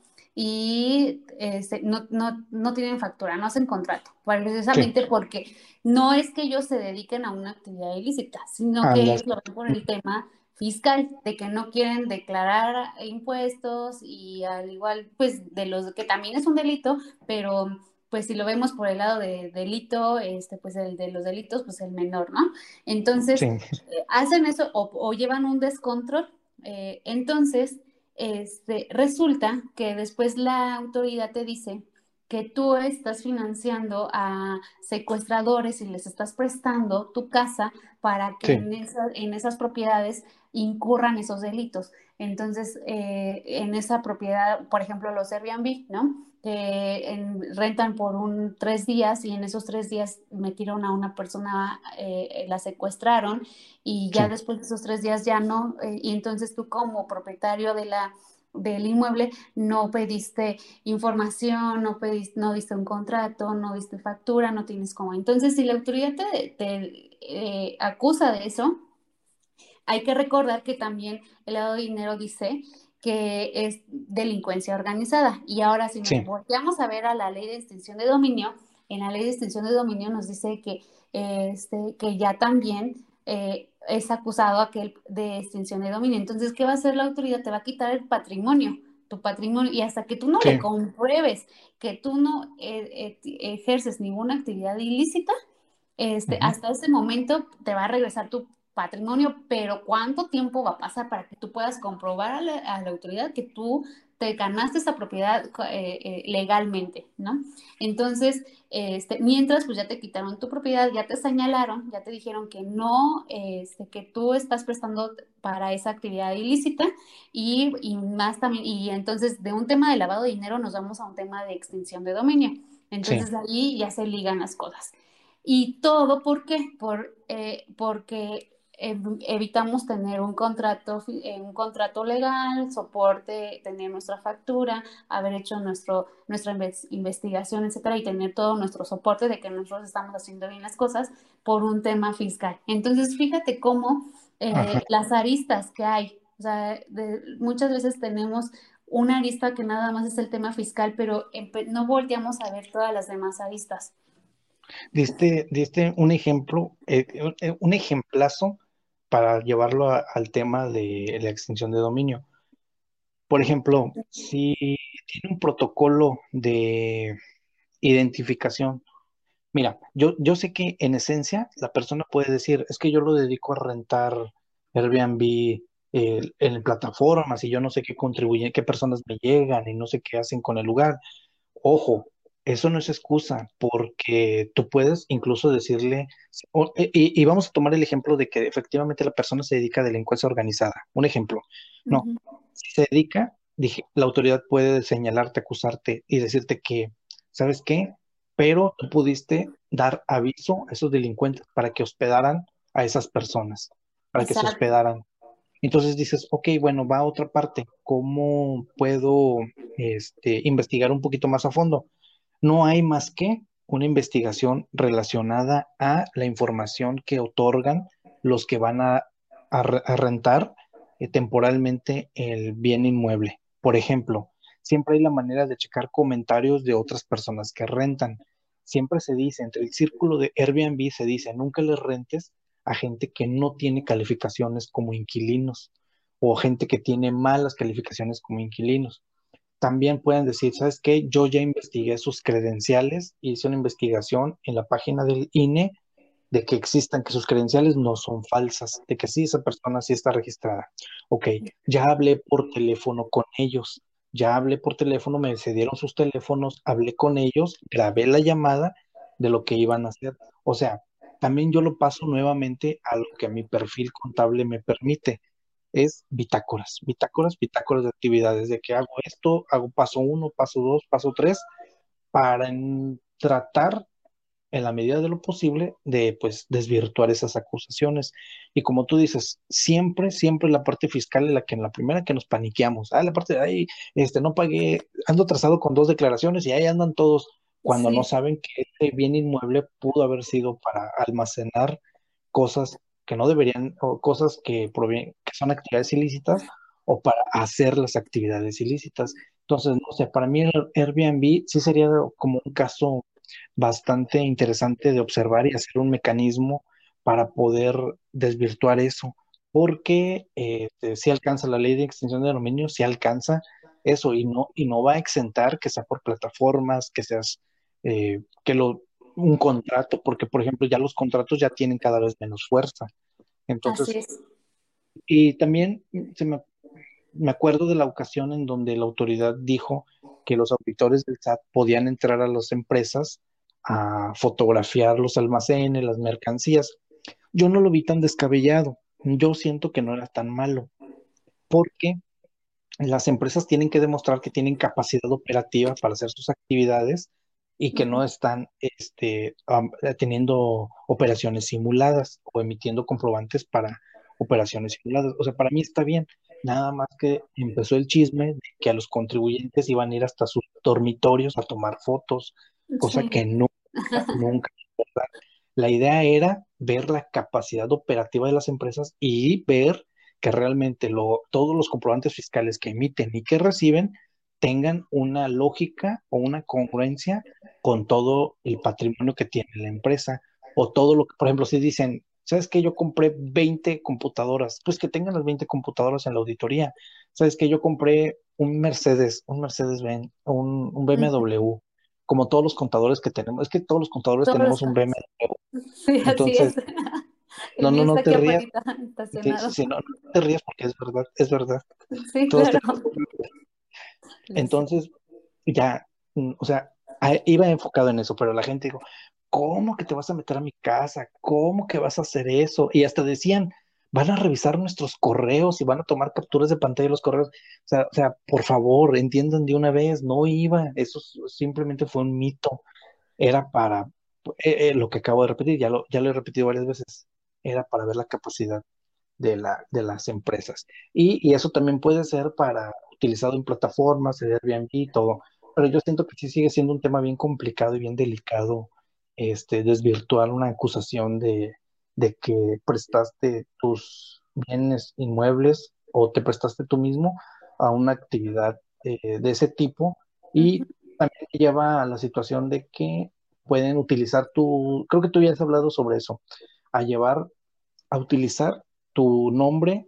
y este, no, no, no tienen factura, no hacen contrato, sí, precisamente porque no es que ellos se dediquen a una actividad ilícita, sino que anda, ellos lo ven por el tema fiscal, de que no quieren declarar impuestos y al igual, pues, de los que también es un delito, pero pues si lo vemos por el lado de delito, este, pues el de los delitos, pues el menor, ¿no? Entonces, sí, eh, hacen eso o, o llevan un descontrol. Eh, entonces, este, resulta que después la autoridad te dice que tú estás financiando a secuestradores y les estás prestando tu casa para que Sí, en, esa, en esas propiedades incurran esos delitos. Entonces, eh, en esa propiedad, por ejemplo, los Airbnb, ¿no? Que en- rentan por un tres días y en esos tres días metieron a una persona, eh, la secuestraron y ya sí, después de esos tres días ya no, eh, y entonces tú como propietario de la, del inmueble no pediste información, no pediste, no diste un contrato, no diste factura, no tienes cómo. Entonces, si la autoridad te, te, eh, acusa de eso, hay que recordar que también el lavado de dinero dice que es delincuencia organizada. Y ahora, si nos sí. volteamos a ver a la ley de extinción de dominio, en la ley de extinción de dominio nos dice que, eh, este, que ya también eh, es acusado aquel de extinción de dominio. Entonces, ¿qué va a hacer la autoridad? Te va a quitar el patrimonio, tu patrimonio, y hasta que tú no le Sí, compruebes que tú no eh, eh, ejerces ninguna actividad ilícita, este, ujú, hasta ese momento te va a regresar tu patrimonio, pero ¿cuánto tiempo va a pasar para que tú puedas comprobar a la, a la autoridad que tú te ganaste esa propiedad eh, eh, legalmente, ¿no? Entonces, este, mientras, pues ya te quitaron tu propiedad, ya te señalaron, ya te dijeron que no, este, que tú estás prestando para esa actividad ilícita y, y más también, y entonces de un tema de lavado de dinero nos vamos a un tema de extinción de dominio. sí, Entonces ahí ya se ligan las cosas. Y todo, ¿por qué? Por, eh, porque ev- evitamos tener un contrato, fi- eh, un contrato legal, soporte, tener nuestra factura, haber hecho nuestro, nuestra inves- investigación, etcétera, y tener todo nuestro soporte de que nosotros estamos haciendo bien las cosas por un tema fiscal. Entonces, fíjate cómo ajá. eh, las aristas que hay, o sea, de- muchas veces tenemos una arista que nada más es el tema fiscal, pero empe- no volteamos a ver todas las demás aristas. Diste, diste un ejemplo, eh, un eh, un ejemplazo para llevarlo a- al tema de la extinción de dominio. Por ejemplo, si tiene un protocolo de identificación. Mira, yo, yo sé que en esencia la persona puede decir, es que yo lo dedico a rentar Airbnb eh, en plataformas y yo no sé qué contribuyen, qué personas me llegan y no sé qué hacen con el lugar. Ojo, eso no es excusa, porque tú puedes incluso decirle, o- e, y, y vamos a tomar el ejemplo de que efectivamente la persona se dedica a delincuencia organizada. Un ejemplo, no, Ujú. si se dedica, dije, la autoridad puede señalarte, acusarte y decirte que, ¿sabes qué? Pero tú pudiste dar aviso a esos delincuentes para que hospedaran a esas personas, para que se Exacto. hospedaran. Entonces dices, ok, bueno, va a otra parte. ¿Cómo puedo este, investigar un poquito más a fondo? No hay más que una investigación relacionada a la información que otorgan los que van a, a re- a rentar eh, temporalmente el bien inmueble. Por ejemplo, siempre hay la manera de checar comentarios de otras personas que rentan. Siempre se dice, entre el círculo de Airbnb se dice, nunca les rentes a gente que no tiene calificaciones como inquilinos o gente que tiene malas calificaciones como inquilinos. También pueden decir, ¿sabes qué? Yo ya investigué sus credenciales, hice una investigación en la página del I N E de que existan, que sus credenciales no son falsas, de que sí, esa persona sí está registrada. Ok, ya hablé por teléfono con ellos, ya hablé por teléfono, me cedieron sus teléfonos, hablé con ellos, grabé la llamada de lo que iban a hacer. O sea, también yo lo paso nuevamente a lo que mi perfil contable me permite. Es bitácoras, bitácoras, bitácoras de actividades, de que hago esto, hago paso uno, paso dos, paso tres, para en- tratar en la medida de lo posible, de pues desvirtuar esas acusaciones. Y como tú dices, siempre, siempre la parte fiscal es la que en la primera que nos paniqueamos. Ah, la parte de ahí, este, no pagué, ando atrasado con dos declaraciones y ahí andan todos, cuando no Sí, saben que este bien inmueble pudo haber sido para almacenar cosas que no deberían, o cosas que, provien- que son actividades ilícitas, o para hacer las actividades ilícitas. Entonces, no sé, para mí el Airbnb sí sería como un caso bastante interesante de observar y hacer un mecanismo para poder desvirtuar eso, porque eh, si alcanza la ley de extinción de dominio, si alcanza eso y no, y no va a exentar que sea por plataformas, que seas, eh, que lo, un contrato, porque por ejemplo ya los contratos ya tienen cada vez menos fuerza. así Entonces, es. y también se me me acuerdo de la ocasión en donde la autoridad dijo que los auditores del S A T podían entrar a las empresas a fotografiar los almacenes, las mercancías. Yo no lo vi tan descabellado. Yo siento que no era tan malo, porque las empresas tienen que demostrar que tienen capacidad operativa para hacer sus actividades y que Ujú. no están este, am, eh, teniendo operaciones simuladas o emitiendo comprobantes para operaciones simuladas. O sea, para mí está bien. Nada más que empezó el chisme de que a los contribuyentes iban a ir hasta sus dormitorios a tomar fotos, cosa Sí, que nunca, nunca, ¿verdad? La idea era ver la capacidad operativa de las empresas y ver que realmente lo, todos los comprobantes fiscales que emiten y que reciben tengan una lógica o una congruencia con todo el patrimonio que tiene la empresa. O todo lo que, por ejemplo, si dicen, ¿sabes qué? Yo compré veinte computadoras, pues que tengan las veinte computadoras en la auditoría. ¿Sabes qué? Yo compré un Mercedes, un Mercedes-Benz, un, un B M W, como todos los contadores que tenemos. Es que todos los contadores todos los tenemos un carros. B M W. Sí, así Entonces, es. El no, mío no, está no te aquí rías. afuera Sí, sí, estacionado. sí, no, no te rías porque es verdad, es verdad. Sí, Todos claro. tenemos. Lo sé. Entonces, ya, mm, o sea, a- iba enfocado en eso, pero la gente dijo, ¿cómo que te vas a meter a mi casa? ¿Cómo que vas a hacer eso? Y hasta decían, van a revisar nuestros correos y van a tomar capturas de pantalla de los correos. O sea, o sea, por favor, entiendan de una vez, no iba, eso s- simplemente fue un mito. Era para, eh, eh, lo que acabo de repetir, ya lo, ya lo he repetido varias veces, era para ver la capacidad de la, de las empresas. Y, y eso también puede ser para utilizado en plataformas, el Airbnb y todo. Pero yo siento que sí sigue siendo un tema bien complicado y bien delicado, este, desvirtuar una acusación de, de que prestaste tus bienes inmuebles o te prestaste tú mismo a una actividad eh, de ese tipo. Ujú. Y también lleva a la situación de que pueden utilizar tu, creo que tú ya has hablado sobre eso, a llevar a utilizar tu nombre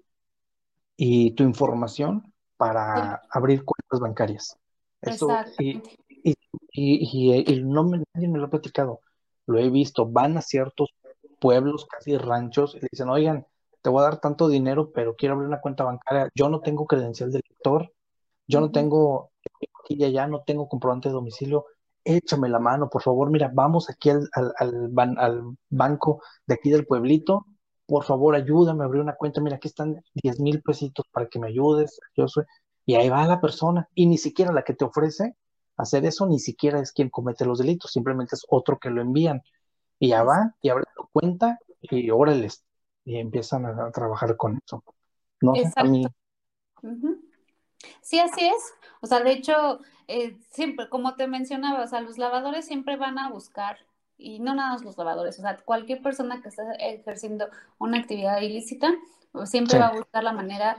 y tu información Sí, para abrir cuentas bancarias. Eso, y, exactamente. y, y, y- y no me, nadie me lo ha platicado, lo he visto, van a ciertos pueblos, casi ranchos, y le dicen, oigan, te voy a dar tanto dinero, pero quiero abrir una cuenta bancaria, yo no tengo credencial de lector, yo no Ujú. tengo aquí y allá, no tengo comprobante de domicilio, échame la mano, por favor, mira, vamos aquí al, al, al, ban- al banco de aquí del pueblito, por favor, ayúdame a abrir una cuenta, mira, aquí están diez mil pesitos para que me ayudes, yo soy, y ahí va la persona, y ni siquiera la que te ofrece hacer eso, ni siquiera es quien comete los delitos, simplemente es otro que lo envían, y ya va, y Exacto. abre tu cuenta, y órale, y empiezan a, a trabajar con eso. No sé, a Exacto. mí, Ujú. Sí, así es. O sea, de hecho, eh, siempre, como te mencionaba, o sea, los lavadores siempre van a buscar, y no nada más los lavadores, o sea, cualquier persona que esté ejerciendo una actividad ilícita, pues, siempre sí, va a buscar la manera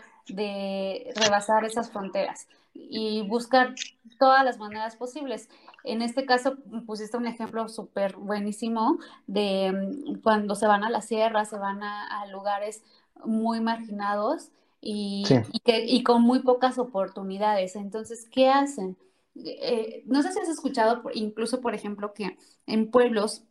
de rebasar esas fronteras y buscar todas las maneras posibles. En este caso, pusiste un ejemplo súper buenísimo de mm, cuando se van a la sierra, se van a, a lugares muy marginados sí. y, y que, y con muy pocas oportunidades. Entonces, ¿qué hacen? Eh, no sé si has escuchado, por- incluso, por ejemplo, que en pueblos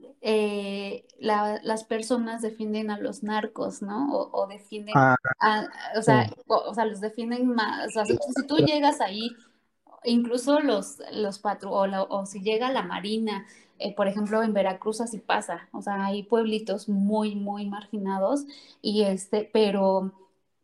eh, la- las personas defienden a los narcos, ¿no? O, o defienden Ah, a, o sea, sí. o, o sea, los defienden más. O sea, si, si tú llegas ahí, incluso los, los patru o, la- o si llega la Marina, eh, por ejemplo, en Veracruz así pasa. O sea, hay pueblitos muy, muy marginados y este, pero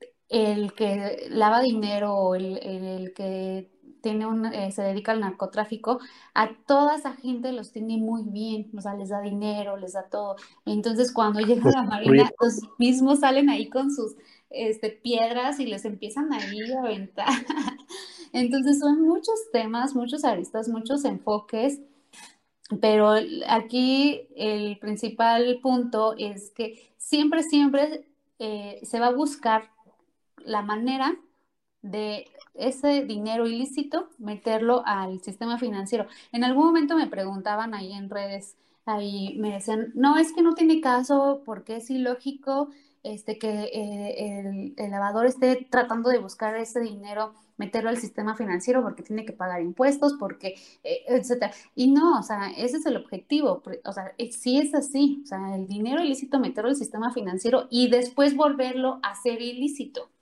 el que lava dinero o el, el que tiene un, eh, se dedica al narcotráfico, a toda esa gente los tiene muy bien, o sea, les da dinero, les da todo. Entonces, cuando llega la Marina, los mismos salen ahí con sus este, piedras y les empiezan ahí a aventar. Entonces, son muchos temas, muchos aristas, muchos enfoques, pero aquí el principal punto es que siempre, siempre eh, se va a buscar la manera de ese dinero ilícito meterlo al sistema financiero. En algún momento me preguntaban ahí en redes, ahí me decían, no, es que no tiene caso porque es ilógico este, que eh, el, el lavador esté tratando de buscar ese dinero, meterlo al sistema financiero porque tiene que pagar impuestos, porque, eh, etcétera. Y no, o sea, ese es el objetivo. O sea, eh, sí es así. O sea, el dinero ilícito meterlo al sistema financiero y después volverlo a ser ilícito.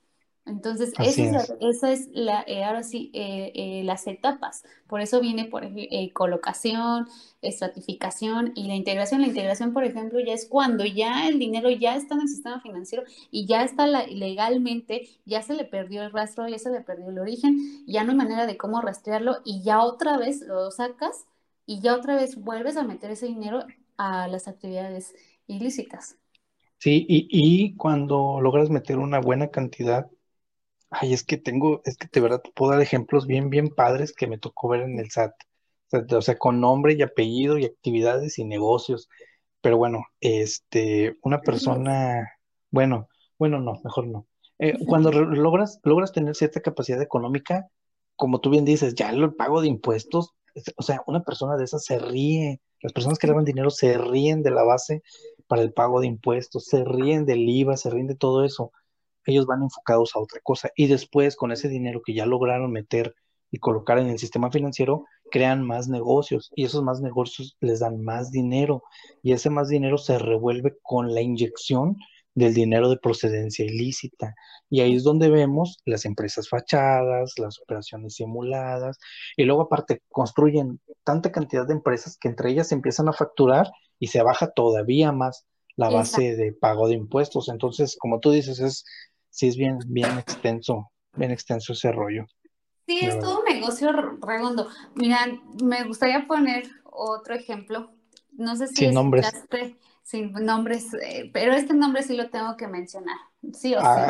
Entonces, esa Así es, la, es. esa es la, eh, ahora sí, eh, eh, las etapas. Por eso viene por ej- eh, colocación, estratificación y la integración. La integración, por ejemplo, ya es cuando ya el dinero ya está en el sistema financiero y ya está la- legalmente, ya se le perdió el rastro, ya se le perdió el origen, ya no hay manera de cómo rastrearlo y ya otra vez lo sacas y ya otra vez vuelves a meter ese dinero a las actividades ilícitas. Sí, y, y cuando logras meter una buena cantidad, ay, es que tengo, es que de verdad te puedo dar ejemplos bien, bien padres que me tocó ver en el S A T. O sea, de- o sea, con nombre y apellido y actividades y negocios. Pero bueno, este, una persona, bueno, bueno, no, mejor no. Eh, cuando re- logras, logras tener cierta capacidad económica, como tú bien dices, ya el pago de impuestos, es- o sea, una persona de esas se ríe. Las personas que lavan dinero se ríen de la base para el pago de impuestos, se ríen del I V A, se ríen de todo eso. Ellos van enfocados a otra cosa. Y después, con ese dinero que ya lograron meter y colocar en el sistema financiero, crean más negocios y esos más negocios les dan más dinero y ese más dinero se revuelve con la inyección del dinero de procedencia ilícita. Y ahí es donde vemos las empresas fachadas, las operaciones simuladas, y luego aparte construyen tanta cantidad de empresas que entre ellas empiezan a facturar y se baja todavía más la base Exacto. de pago de impuestos. Entonces, como tú dices, es, sí es bien, bien extenso, bien extenso ese rollo, Sí, de es verdad. todo un negocio r- redondo. Mira, me gustaría poner otro ejemplo. No sé si Sin nombres. escuchaste sin nombres, eh, pero este nombre sí lo tengo que mencionar, sí o Ah, sí.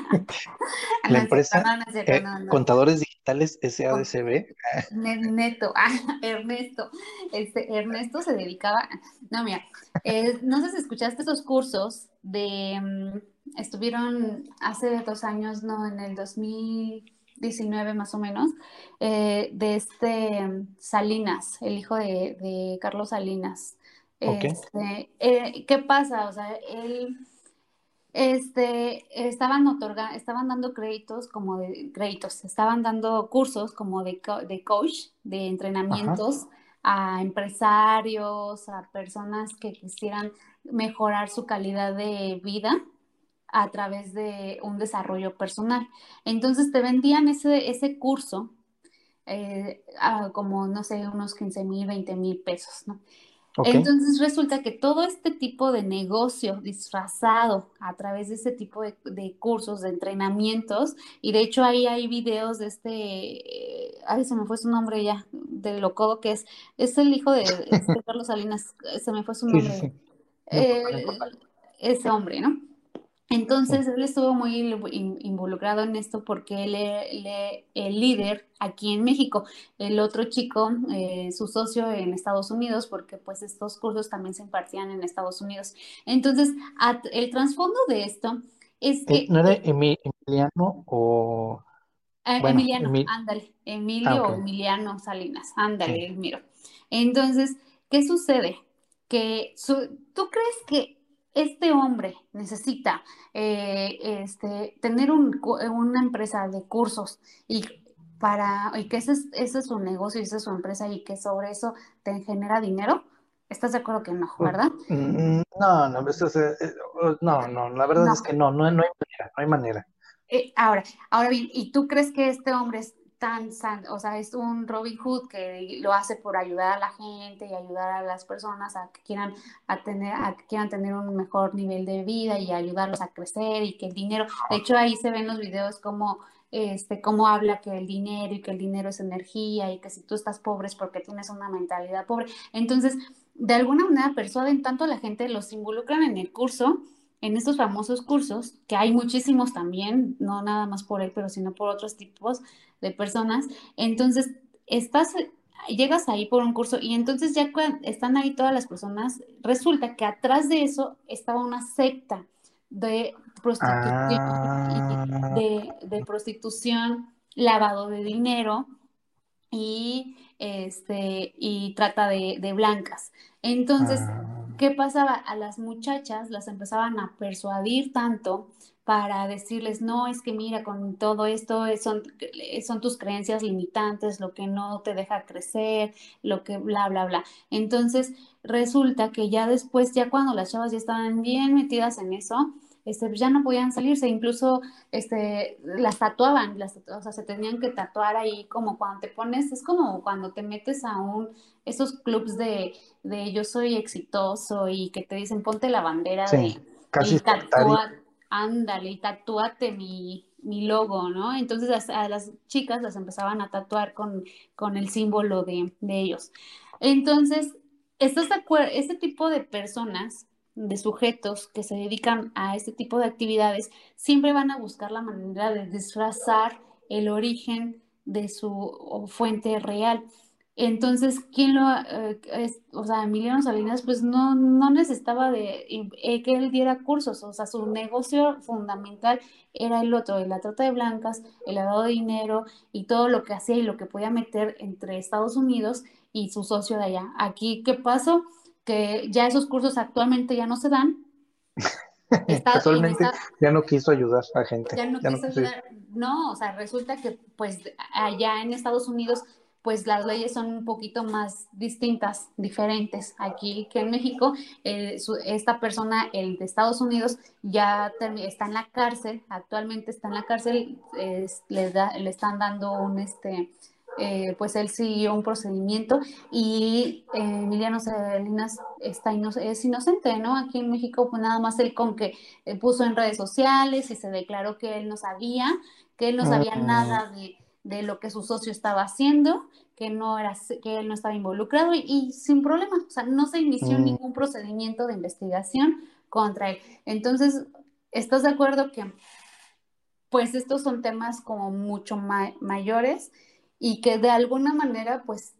la No es cierto, empresa no, no es cierto, eh, no, no. Contadores Digitales Con- S A D C B. Ne- Neto, ah, Ernesto. Este, Ernesto se dedicaba, no, mira, eh, no sé si escuchaste esos cursos de, mm, estuvieron hace dos años, no, en el dos mil diecinueve más o menos, eh, de este mm, Salinas, el hijo de, de Carlos Salinas. Ok, Este, eh, ¿qué pasa? O sea, él este, estaban otorga, estaban dando créditos como de créditos, estaban dando cursos como de, co- de coach, de ajá, entrenamientos a empresarios, a personas que quisieran mejorar su calidad de vida a través de un desarrollo personal. Entonces te vendían ese, ese curso eh, a como, no sé, unos quince mil, veinte mil pesos, ¿no? ok. Entonces resulta que todo este tipo de negocio disfrazado a través de este tipo de, de cursos, de entrenamientos, y de hecho ahí hay videos de este, eh, ay, se me fue su nombre ya, de lo codo que es, es el hijo de este Carlos Salinas, eh, se me fue su Sí, sí, nombre, sí. No importa, no eh, importa. ese hombre, ¿no? Sí. Entonces él estuvo muy in- involucrado en esto porque él es el líder aquí en México. El otro chico, eh, su socio en Estados Unidos, porque pues estos cursos también se impartían en Estados Unidos. Entonces, at- el trasfondo de esto es Eh, que ¿no era eh, Emi- Emiliano o, eh, bueno, Emiliano, Emil, ándale, ah, Emilio ok, o Emiliano Salinas, sí. ándale, el miro. Entonces, ¿qué sucede? Que su- ¿tú crees que este hombre necesita eh, este, tener un cu- una empresa de cursos y para y que ese es, ese es su negocio y esa es su empresa y que sobre eso te genera dinero? ¿Estás de acuerdo que no, Pues, verdad? mm, no, no, eso es, eh, eh, no, no, la verdad es No. que no, no, no hay manera, no hay manera. Eh, ahora, ahora bien, ¿y tú crees que este hombre es tan, san- o sea, es un Robin Hood que lo hace por ayudar a la gente y ayudar a las personas a que quieran a tener, a que quieran tener un mejor nivel de vida y ayudarlos a crecer y que el dinero, de hecho ahí se ven los videos como este, cómo habla que el dinero y que el dinero es energía y que si tú estás pobre es porque tienes una mentalidad pobre. Entonces, de alguna manera persuaden tanto a la gente, los involucran en el curso en estos famosos cursos, que hay muchísimos también, no nada más por él, pero sino por otros tipos de personas. Entonces, estás, llegas ahí por un curso y entonces ya cuando están ahí todas las personas, resulta que atrás de eso estaba una secta de prostitución y Ah, de, de prostitución, lavado de dinero y, este, y trata de, de blancas. Entonces, ah, ¿qué pasaba? A las muchachas las empezaban a persuadir tanto para decirles, no, es que mira, con todo esto es- son, son tus creencias limitantes, lo que no te deja crecer, lo que bla, bla, bla. Entonces, resulta que ya después, ya cuando las chavas ya estaban bien metidas en eso, este, pues ya no podían salirse, incluso este, las tatuaban, las, o sea, se tenían que tatuar ahí como cuando te pones, es como cuando te metes a un, esos clubs de, de yo soy exitoso y que te dicen ponte la bandera Sí, de, casi y sectario. tatúa, ándale, y tatúate mi, mi logo, ¿no? Entonces las- a las chicas las empezaban a tatuar con, con el símbolo de, de ellos. Entonces, ¿estás de acuerdo? Este tipo de personas, de sujetos que se dedican a este tipo de actividades, siempre van a buscar la manera de disfrazar el origen de su o fuente real. Entonces, ¿quién lo, eh, es, o sea, Emiliano Salinas, pues no, no necesitaba de eh, que él diera cursos, o sea, su negocio fundamental era el otro, la trata de blancas, el lavado de dinero y todo lo que hacía y lo que podía meter entre Estados Unidos y su socio de allá. Aquí, ¿qué pasó? Que ya esos cursos actualmente ya no se dan. Está en Casualmente esta, ya no quiso ayudar a gente, ya no ya no quiso quiso ir. ayudar. No, o sea, resulta que pues allá en Estados Unidos pues las leyes son un poquito más distintas, diferentes. Aquí que en México, eh, su, esta persona, el de Estados Unidos, ya está en la cárcel, actualmente está en la cárcel, eh, le, da, le están dando un, este, eh, pues él siguió un procedimiento y eh, Emiliano Salinas está ino es inocente, ¿no? Aquí en México, pues nada más él con que eh, puso en redes sociales y se declaró que él no sabía, que él no sabía Mm, nada de, de lo que su socio estaba haciendo, que no era, que él no estaba involucrado y, y sin problema, o sea, no se inició mm, ningún procedimiento de investigación contra él. Entonces, ¿estás de acuerdo que pues estos son temas como mucho ma mayores y que de alguna manera pues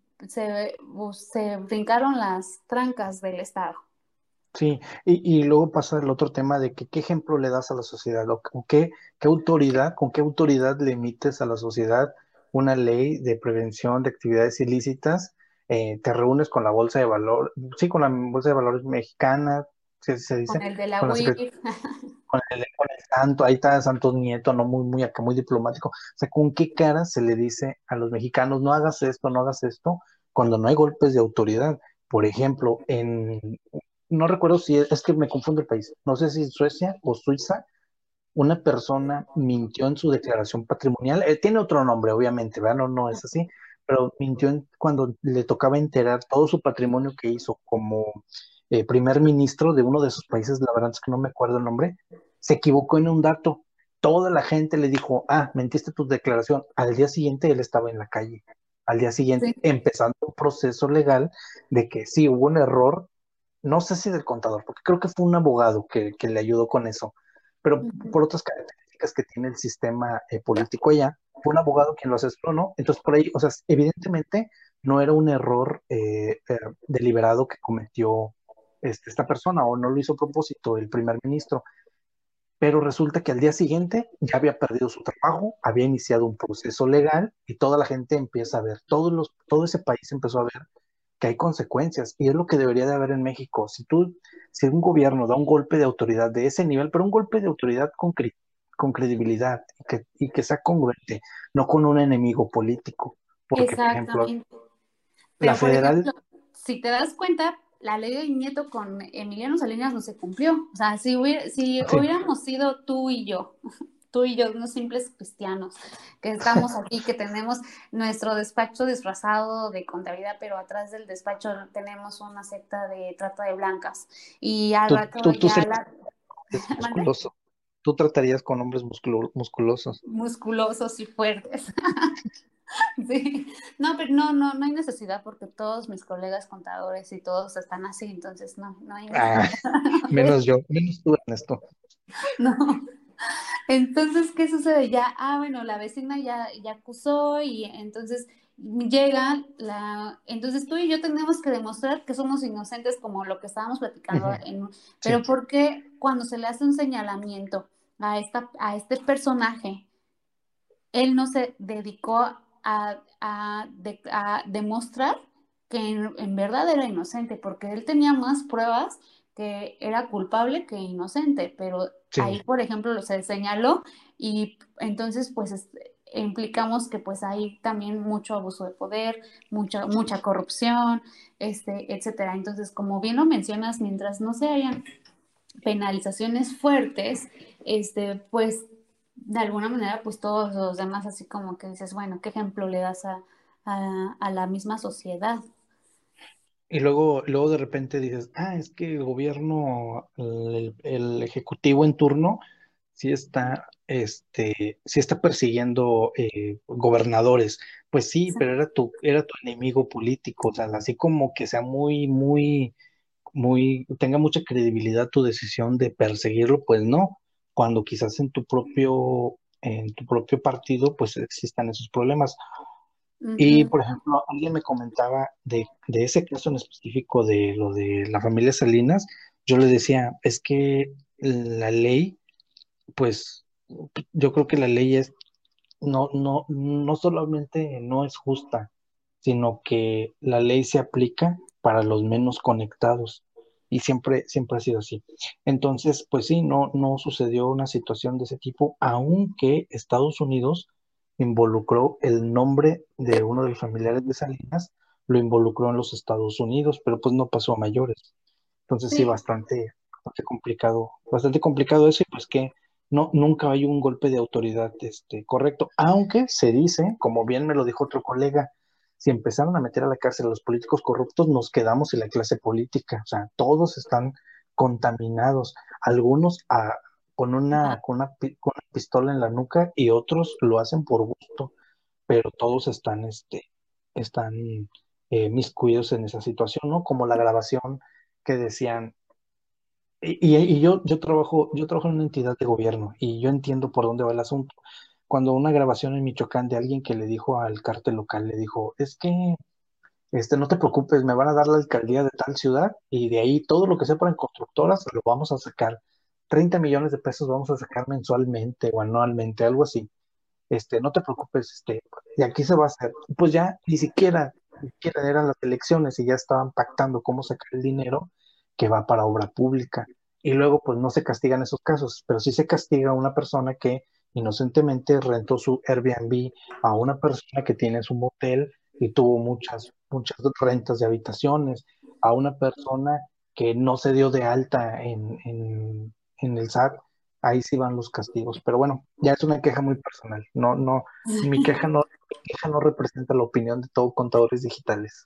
se, se brincaron las trancas del Estado? sí, y, y luego pasa el otro tema de que qué ejemplo le das a la sociedad o, o qué, qué autoridad, con qué autoridad le emites a la sociedad una ley de prevención de actividades ilícitas. Eh, te reúnes con la bolsa de valor, sí, con la bolsa de valores mexicana, se, se Con dice, el de la con la U I Secretaría, F. con el, con el santo, ahí está Santos Nieto, no muy, muy acá, muy diplomático. O sea, ¿con qué cara se le dice a los mexicanos, no hagas esto, no hagas esto, cuando no hay golpes de autoridad? Por ejemplo, en, no recuerdo si es, es que me confundo el país, no sé si Suecia o Suiza, una persona mintió en su declaración patrimonial, eh, tiene otro nombre, obviamente, ¿verdad? No, no es así, pero mintió en- cuando le tocaba enterar todo su patrimonio que hizo como eh, primer ministro de uno de sus países, la verdad es que no me acuerdo el nombre, se equivocó en un dato. Toda la gente le dijo, ah, mentiste tu declaración. Al día siguiente él estaba en la calle. Al día Sí. siguiente, empezando un proceso legal de que sí hubo un error, no sé si del contador, porque creo que fue un abogado que, que le ayudó con eso, pero Ujú. por otras características que tiene el sistema eh, político allá, fue un abogado quien lo asesoró, ¿no? Entonces, por ahí, o sea, evidentemente no era un error eh, eh, deliberado que cometió este, esta persona o no lo hizo a propósito el primer ministro, pero resulta que al día siguiente ya había perdido su trabajo, había iniciado un proceso legal y toda la gente empieza a ver, todos los, todo ese país empezó a ver que hay consecuencias y es lo que debería de haber en México. Si tú, si un gobierno da un golpe de autoridad de ese nivel, pero un golpe de autoridad con, cre- con credibilidad y que, y que sea congruente, no con un enemigo político, porque, por ejemplo, Exactamente. la Pero, por federal, ejemplo, si te das cuenta, la ley de Nieto con Emiliano Salinas no se cumplió. O sea, si, hubiera, si sí, hubiéramos sido tú y yo, tú y yo, unos simples cristianos, que estamos aquí, que tenemos nuestro despacho disfrazado de contabilidad, pero atrás del despacho tenemos una secta de trata de blancas. Y al tú, rato tú, tú ya serías la... ¿Mande? musculoso, tú tratarías con hombres musculo- musculosos. Musculosos y fuertes. Sí, no, pero no, no, no hay necesidad porque todos mis colegas contadores y todos están así, entonces no, no hay Ah, necesidad. menos yo, menos tú en esto. No. Entonces, ¿qué sucede? Ya, ah, bueno, la vecina ya, ya acusó y entonces llega la, entonces tú y yo tenemos que demostrar que somos inocentes como lo que estábamos platicando Ujú, en, sí, pero ¿por qué cuando se le hace un señalamiento a esta, a este personaje, él no se dedicó a, a, de- a demostrar que en, en verdad era inocente, porque él tenía más pruebas que era culpable que inocente, pero sí. ahí, por ejemplo, se señaló y entonces, pues, es- implicamos que pues hay también mucho abuso de poder, mucha, mucha corrupción, este, etcétera. Entonces, como bien lo mencionas, mientras no se hayan penalizaciones fuertes, este, pues de alguna manera, pues todos los demás, así como que dices, bueno, ¿qué ejemplo le das a, a, a la misma sociedad? Y luego, luego de repente dices, ah, es que el gobierno, el, el ejecutivo en turno, sí está, este, sí está persiguiendo eh, gobernadores. Pues sí, Sí. pero era tu, era tu enemigo político, o sea, así como que sea muy, muy, muy, tenga mucha credibilidad tu decisión de perseguirlo, pues no, cuando quizás en tu propio, en tu propio partido, pues existan esos problemas. Y, Ujú. por ejemplo, alguien me comentaba de, de ese caso en específico de lo de la familia Salinas, yo le decía, es que la ley, pues yo creo que la ley es, no, no, no solamente no es justa, sino que la ley se aplica para los menos conectados. Y siempre, siempre ha sido así. Entonces, pues sí, no, no sucedió una situación de ese tipo, aunque Estados Unidos involucró el nombre de uno de los familiares de Salinas, lo involucró en los Estados Unidos, pero pues no pasó a mayores. Entonces sí, Sí, bastante, bastante complicado, bastante complicado eso y pues que no, nunca hay un golpe de autoridad este, correcto, aunque se dice, como bien me lo dijo otro colega, si empezaron a meter a la cárcel a los políticos corruptos, nos quedamos en la clase política, o sea, todos están contaminados, algunos a- con ajá, una, con una, pi- con una pistola en la nuca y otros lo hacen por gusto, pero todos están, este, están eh, miscuidos en esa situación, ¿no? Como la grabación que decían, y, y- y yo, yo trabajo, yo trabajo en una entidad de gobierno y yo entiendo por dónde va el asunto. Cuando una grabación en Michoacán de alguien que le dijo al cártel local, le dijo, es que este, no te preocupes, me van a dar la alcaldía de tal ciudad y de ahí todo lo que sea para constructoras lo vamos a sacar. Treinta millones de pesos vamos a sacar mensualmente o anualmente, algo así. Este, no te preocupes, este, y aquí se va a hacer. Pues ya ni siquiera, ni siquiera eran las elecciones y ya estaban pactando cómo sacar el dinero que va para obra pública. Y luego, pues no se castigan esos casos, pero sí se castiga a una persona que inocentemente rentó su Airbnb, a una persona que tiene su motel y tuvo muchas, muchas rentas de habitaciones, a una persona que no se dio de alta en, en, en el S A T. Ahí sí van los castigos. Pero bueno, ya es una queja muy personal. No, no, mi queja no, mi queja no representa la opinión de todos contadores digitales.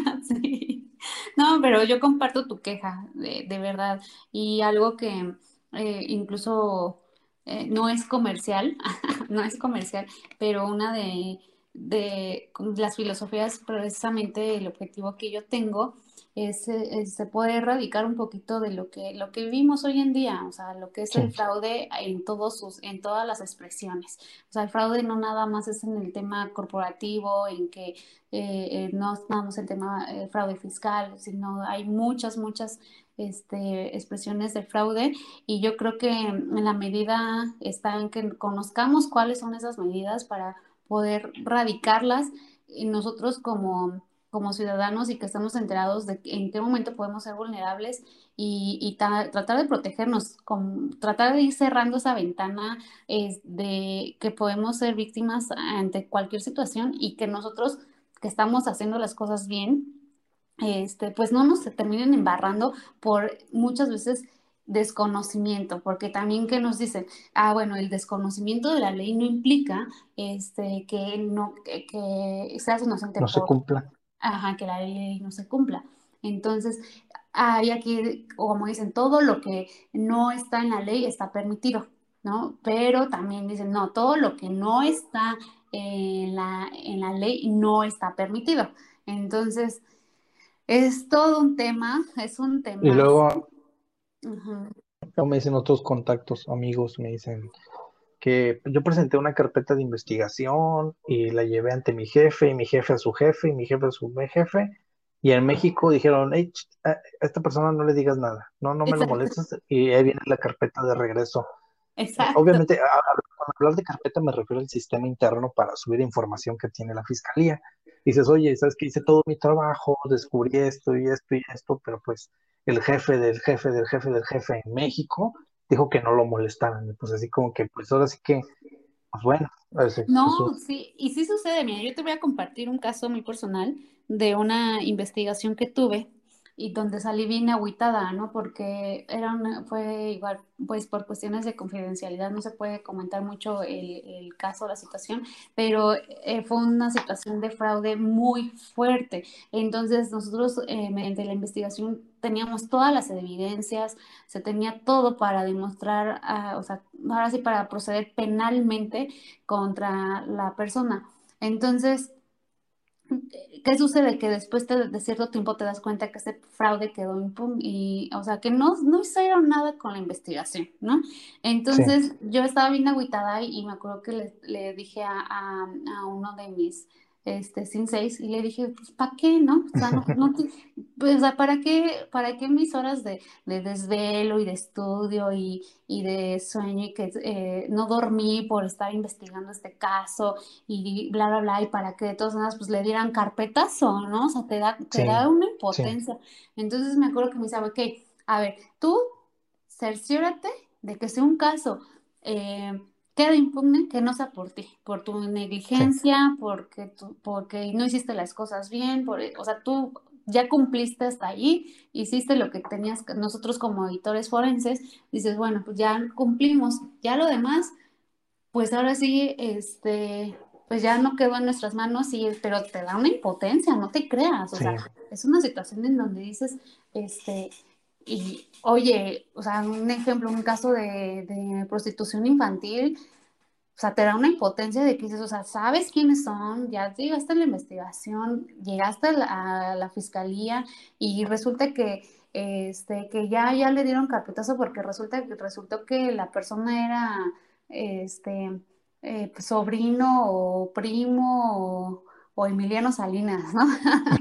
sí. No, pero yo comparto tu queja, de, de verdad. Y algo que eh, incluso eh, no es comercial, no es comercial, pero una de, de las filosofías, precisamente el objetivo que yo tengo es, eh, es poder erradicar un poquito de lo que, lo que vivimos hoy en día, o sea, lo que es el Sí, fraude en todos sus, en todas las expresiones. O sea, el fraude no nada más es en el tema corporativo, en que eh, eh, no es nada más el tema eh, fraude fiscal, sino hay muchas, muchas este, expresiones de fraude y yo creo que en la medida está en que conozcamos cuáles son esas medidas para poder radicarlas y nosotros como, como ciudadanos y que estemos enterados de en qué momento podemos ser vulnerables y, y ta- tratar de protegernos, con, tratar de ir cerrando esa ventana eh, de que podemos ser víctimas ante cualquier situación y que nosotros que estamos haciendo las cosas bien, este, pues no nos se terminen embarrando por muchas veces desconocimiento, porque también que nos dicen, ah, bueno, el desconocimiento de la ley no implica este, que no, que, que seas inocente no se por, cumpla. ajá, que la ley no se cumpla. Entonces, hay aquí, como dicen, todo lo que no está en la ley está permitido, ¿no? Pero también dicen, no, todo lo que no está en la, en la ley no está permitido. Entonces, es todo un tema, es un Y tema. luego, Ujú. luego me dicen otros contactos, amigos, me dicen que yo presenté una carpeta de investigación y la llevé ante mi jefe y mi jefe a su jefe y mi jefe a su jefe. Y en México dijeron, hey, ch- a a esta persona no le digas nada, no, no me lo Exacto, molestes y ahí viene la carpeta de regreso. Eh, exacto, obviamente, a- a- cuando hablar de carpeta me refiero al sistema interno para subir información que tiene la fiscalía. Dices, oye, ¿sabes qué? Hice todo mi trabajo, descubrí esto y esto y esto, pero pues el jefe del jefe del jefe del jefe en México dijo que no lo molestaran. Y pues así como que, pues ahora sí que, pues bueno, es, es un- no, sí, y sí sucede. Mira, yo te voy a compartir un caso muy personal de una investigación que tuve. y donde salí bien agüitada, ¿no? Porque era una, fue igual, pues por cuestiones de confidencialidad no se puede comentar mucho el, el caso, la situación, pero eh, fue una situación de fraude muy fuerte. Entonces nosotros eh, mediante la investigación teníamos todas las evidencias, se tenía todo para demostrar, ah, o sea, ahora sí para proceder penalmente contra la persona. Entonces, ¿qué sucede? Que después te- de cierto tiempo te das cuenta que ese fraude quedó impune y, o sea, que no, no hicieron nada con la investigación, ¿no? Sí, Entonces yo estaba bien agüitada y, y me acuerdo que le, le dije a, a, a uno de mis, este, senseis y le dije, pues, ¿para qué, no? O sea, no, no te- pues, o sea, ¿para qué, para qué mis horas de, de desvelo y de estudio y, y de sueño y que eh, no dormí por estar investigando este caso? Y bla, bla, bla, y para que de todas maneras pues le dieran carpetazo, ¿no? O sea, te da, te da sí, una sí, impotencia. Entonces me acuerdo que me decía, ok, a ver, tú cerciórate de que si un caso eh, queda impugne, que no sea por ti, por tu sí, negligencia, porque, tú, porque no hiciste las cosas bien, por, o sea, tú ya cumpliste hasta allí, hiciste lo que tenías, que- nosotros como editores forenses, dices, bueno, pues ya cumplimos, ya lo demás pues ahora sí, este, pues ya no quedó en nuestras manos, y, pero te da una impotencia, no te creas, o sea, sí, es una situación en donde dices, este, y oye, o sea, un ejemplo, un caso de, de prostitución infantil, o sea, te da una impotencia de que dices, o sea, sabes quiénes son, ya llegaste a la investigación, llegaste a la, a la fiscalía y resulta que, este, que ya, ya le dieron carpetazo porque resulta que resultó que la persona era, este, eh, pues, sobrino o primo o, o Emiliano Salinas, ¿no?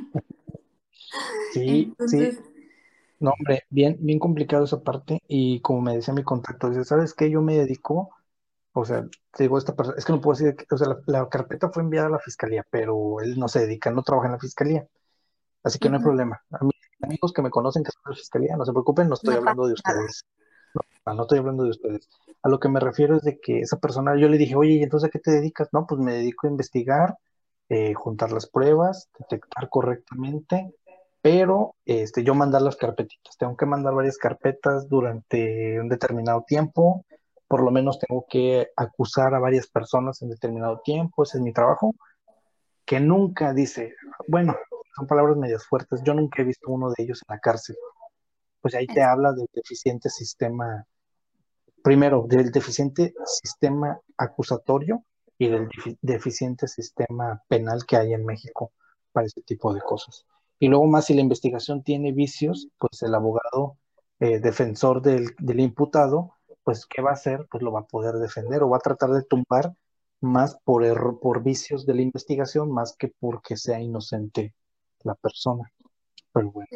sí, sí. Entonces, No, hombre, bien, bien complicado esa parte. Y como me decía mi contacto, dice, ¿sabes qué? Yo me dedico, o sea, te digo, esta persona, es que no puedo decir, que- o sea, la, la carpeta fue enviada a la fiscalía, pero él no se dedica, no trabaja en la fiscalía. Así que no hay ujú, problema. A mis amigos que me conocen que son de la fiscalía, no se preocupen, no estoy no pasa hablando de nada. ustedes. No, no estoy hablando de ustedes. A lo que me refiero es de que esa persona, yo le dije, oye, ¿y entonces a qué te dedicas? No, pues me dedico a investigar, eh, juntar las pruebas, detectar correctamente, pero este, yo mandar las carpetitas. Tengo que mandar varias carpetas durante un determinado tiempo. Por lo menos tengo que acusar a varias personas en determinado tiempo. Ese es mi trabajo. Que nunca dice, bueno, son palabras medias fuertes. Yo nunca he visto uno de ellos en la cárcel. Pues ahí te Es- habla del deficiente sistema. Primero, del deficiente sistema acusatorio y del defi- deficiente sistema penal que hay en México para ese tipo de cosas. Y luego más, si la investigación tiene vicios, pues el abogado eh, defensor del, del imputado, pues ¿qué va a hacer? Pues lo va a poder defender o va a tratar de tumbar más por error, por vicios de la investigación, más que porque sea inocente la persona. Pero bueno.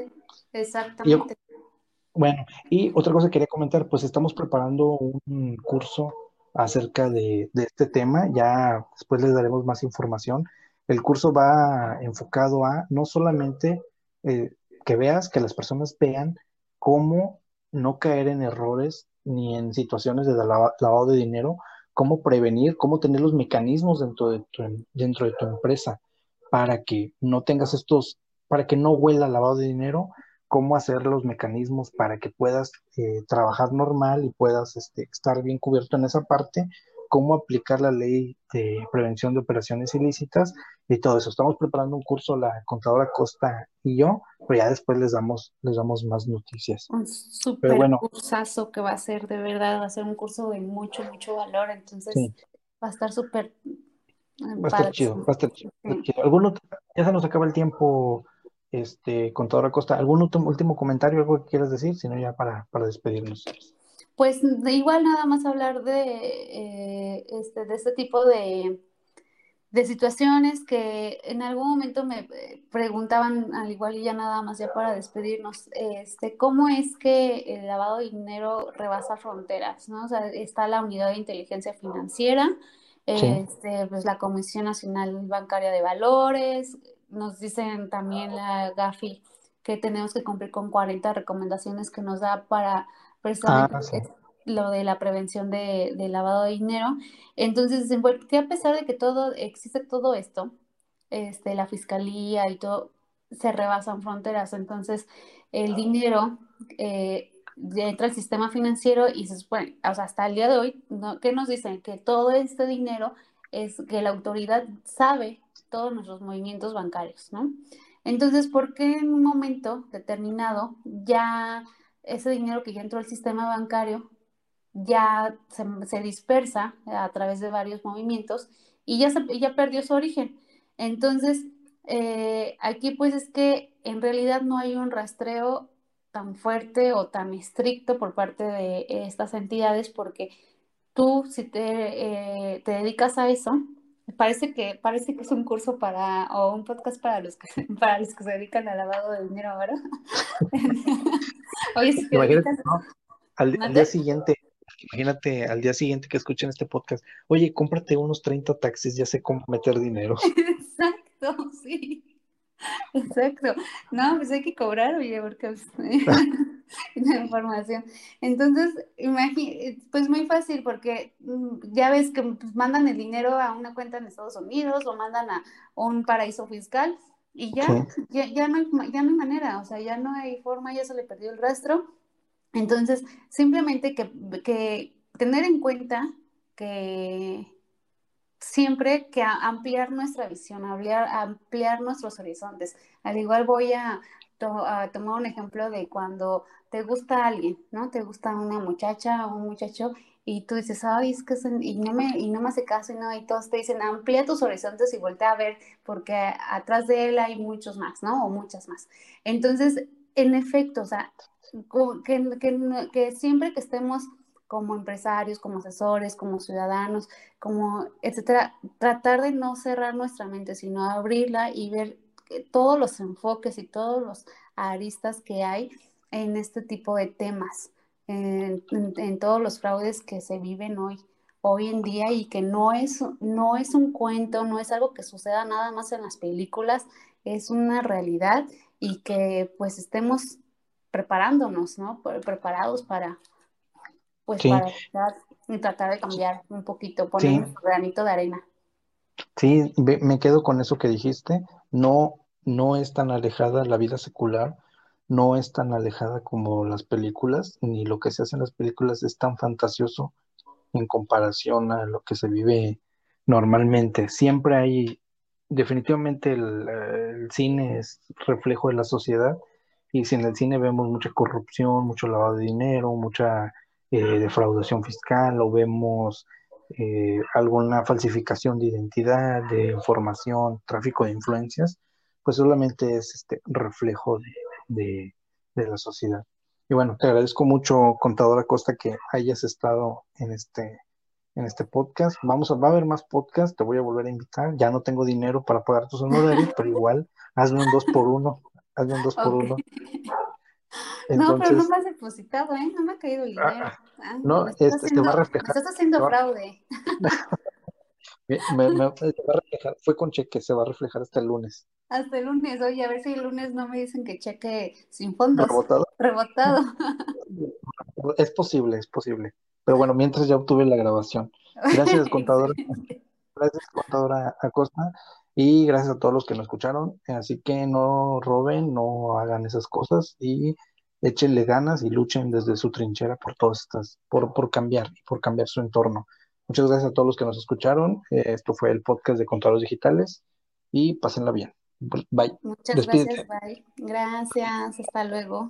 Y yo, Exactamente. bueno, y otra cosa que quería comentar, pues estamos preparando un curso acerca de, de este tema, ya después les daremos más información. El curso va enfocado a no solamente eh, que veas, que las personas vean cómo no caer en errores ni en situaciones de lava- lavado de dinero, cómo prevenir, cómo tener los mecanismos dentro de tu, em- dentro de tu empresa para que no tengas estos, para que no huela lavado de dinero, cómo hacer los mecanismos para que puedas eh, trabajar normal y puedas este, estar bien cubierto en esa parte, cómo aplicar la ley de prevención de operaciones ilícitas y todo eso. Estamos preparando un curso, la contadora Costa y yo, pero ya después les damos, les damos más noticias. Un Pero súper bueno, cursazo que va a ser, de verdad, va a ser un curso de mucho, mucho valor, entonces sí, va a estar súper eh, va a estar chido, padrísimo. va a estar chido. Va a estar Sí. chido. ¿Algún otro- ya se nos acaba el tiempo, este, contadora Costa. ¿Algún último, último comentario, algo que quieras decir? Si no, ya para, para despedirnos. Pues de igual nada más hablar de, eh, este, de este tipo de, de situaciones que en algún momento me eh, preguntaban, al igual y ya nada más ya para despedirnos, este, ¿cómo es que el lavado de dinero rebasa fronteras, ¿no? O sea, está la Unidad de Inteligencia Financiera, Sí. este, pues la Comisión Nacional Bancaria de Valores, nos dicen también la GAFI que tenemos que cumplir con cuarenta recomendaciones que nos da para precisamente Ah, sí. eh, lo de la prevención de, de lavado de dinero. Entonces, dicen, bueno, que a pesar de que todo existe todo esto, este, la fiscalía y todo, se rebasan fronteras. Entonces, el dinero eh, entra al sistema financiero y se supone, o sea, hasta el día de hoy, ¿no? ¿Qué nos dicen? Que todo este dinero es que la autoridad sabe todos nuestros movimientos bancarios, ¿no? Entonces, ¿por qué en un momento determinado ya ese dinero que ya entró al sistema bancario ya se, se dispersa a través de varios movimientos y ya, se, ya perdió su origen? Entonces, eh, aquí pues es que en realidad no hay un rastreo tan fuerte o tan estricto por parte de estas entidades, porque tú si te, eh, te dedicas a eso, parece que, parece que es un curso para, o un podcast para los que, para los que se dedican al lavado de dinero, ¿verdad? Oye, si te Imagínate, dedicas, ¿no? Al, al día ¿mande? siguiente, imagínate al día siguiente que escuchen este podcast, oye, cómprate unos treinta taxis, ya sé cómo meter dinero. Exacto, sí. Exacto. No, pues hay que cobrar, oye, porque pues, la información. Entonces, imagi- pues muy fácil, porque mm, ya ves que pues, mandan el dinero a una cuenta en Estados Unidos o mandan a un paraíso fiscal y Sí, ya, ya, ya no hay, ma- ya no hay manera, o sea, ya no hay forma, ya se le perdió el rastro. Entonces, simplemente que, que tener en cuenta que siempre que a- ampliar nuestra visión, ampliar, ampliar nuestros horizontes. Al igual voy a, to- a tomar un ejemplo de cuando te gusta alguien, ¿no? Te gusta una muchacha o un muchacho y tú dices, ay, es que es- y no me, y no me hace caso y no, y todos te dicen, amplía tus horizontes y voltea a ver porque atrás de él hay muchos más, ¿no? O muchas más. Entonces, en efecto, o sea, co- que, que, que siempre que estemos como empresarios, como asesores, como ciudadanos, como etcétera, tratar de no cerrar nuestra mente, sino abrirla y ver que todos los enfoques y todos los aristas que hay en este tipo de temas, en, en- en todos los fraudes que se viven hoy, hoy en día y que no es, no es un cuento, no es algo que suceda nada más en las películas, es una realidad y que pues estemos preparándonos, ¿no? Pre- Preparados para, pues sí, para tratar, y tratar de cambiar un poquito, poner sí, nuestro granito de arena. sí, ve- me quedo con eso que dijiste. No, no es tan alejada la vida secular, no es tan alejada como las películas, ni lo que se hace en las películas es tan fantasioso en comparación a lo que se vive normalmente. Siempre hay, definitivamente el, eh, el cine es reflejo de la sociedad y si en el cine vemos mucha corrupción, mucho lavado de dinero, mucha eh, defraudación fiscal o vemos eh, alguna falsificación de identidad, de información, tráfico de influencias, pues solamente es este reflejo de, de, de la sociedad. Y bueno, te agradezco mucho, contadora Costa, que hayas estado en este, en este podcast. Vamos a, va a haber más podcasts, te voy a volver a invitar. Ya no tengo dinero para pagar tus honorarios, pero igual hazme un dos por uno, hazme un dos por Ok. uno. No, pero no Entonces, me has depositado, ¿eh? No me ha caído el ah, dinero. ah, Ah, no, me estás este, se va a haciendo, me reflejar, estás se haciendo va, fraude. me- me- me- se va a reflejar, fue con cheque, se va a reflejar hasta el lunes. Hasta el lunes, oye, a ver si el lunes no me dicen que cheque sin fondos, ¿Rebotado? rebotado. Es posible, es posible. Pero bueno, mientras ya obtuve la grabación. Gracias, contadora. Excelente. Gracias, contadora Acosta, y gracias a todos los que nos escucharon. Así que no roben, no hagan esas cosas y échenle ganas y luchen desde su trinchera por todas estas, por, por cambiar y por cambiar su entorno. Muchas gracias a todos los que nos escucharon. Eh, esto fue el podcast de Contadores Digitales y pásenla bien. Bye. Muchas gracias, Despídete. bye. Gracias, hasta luego.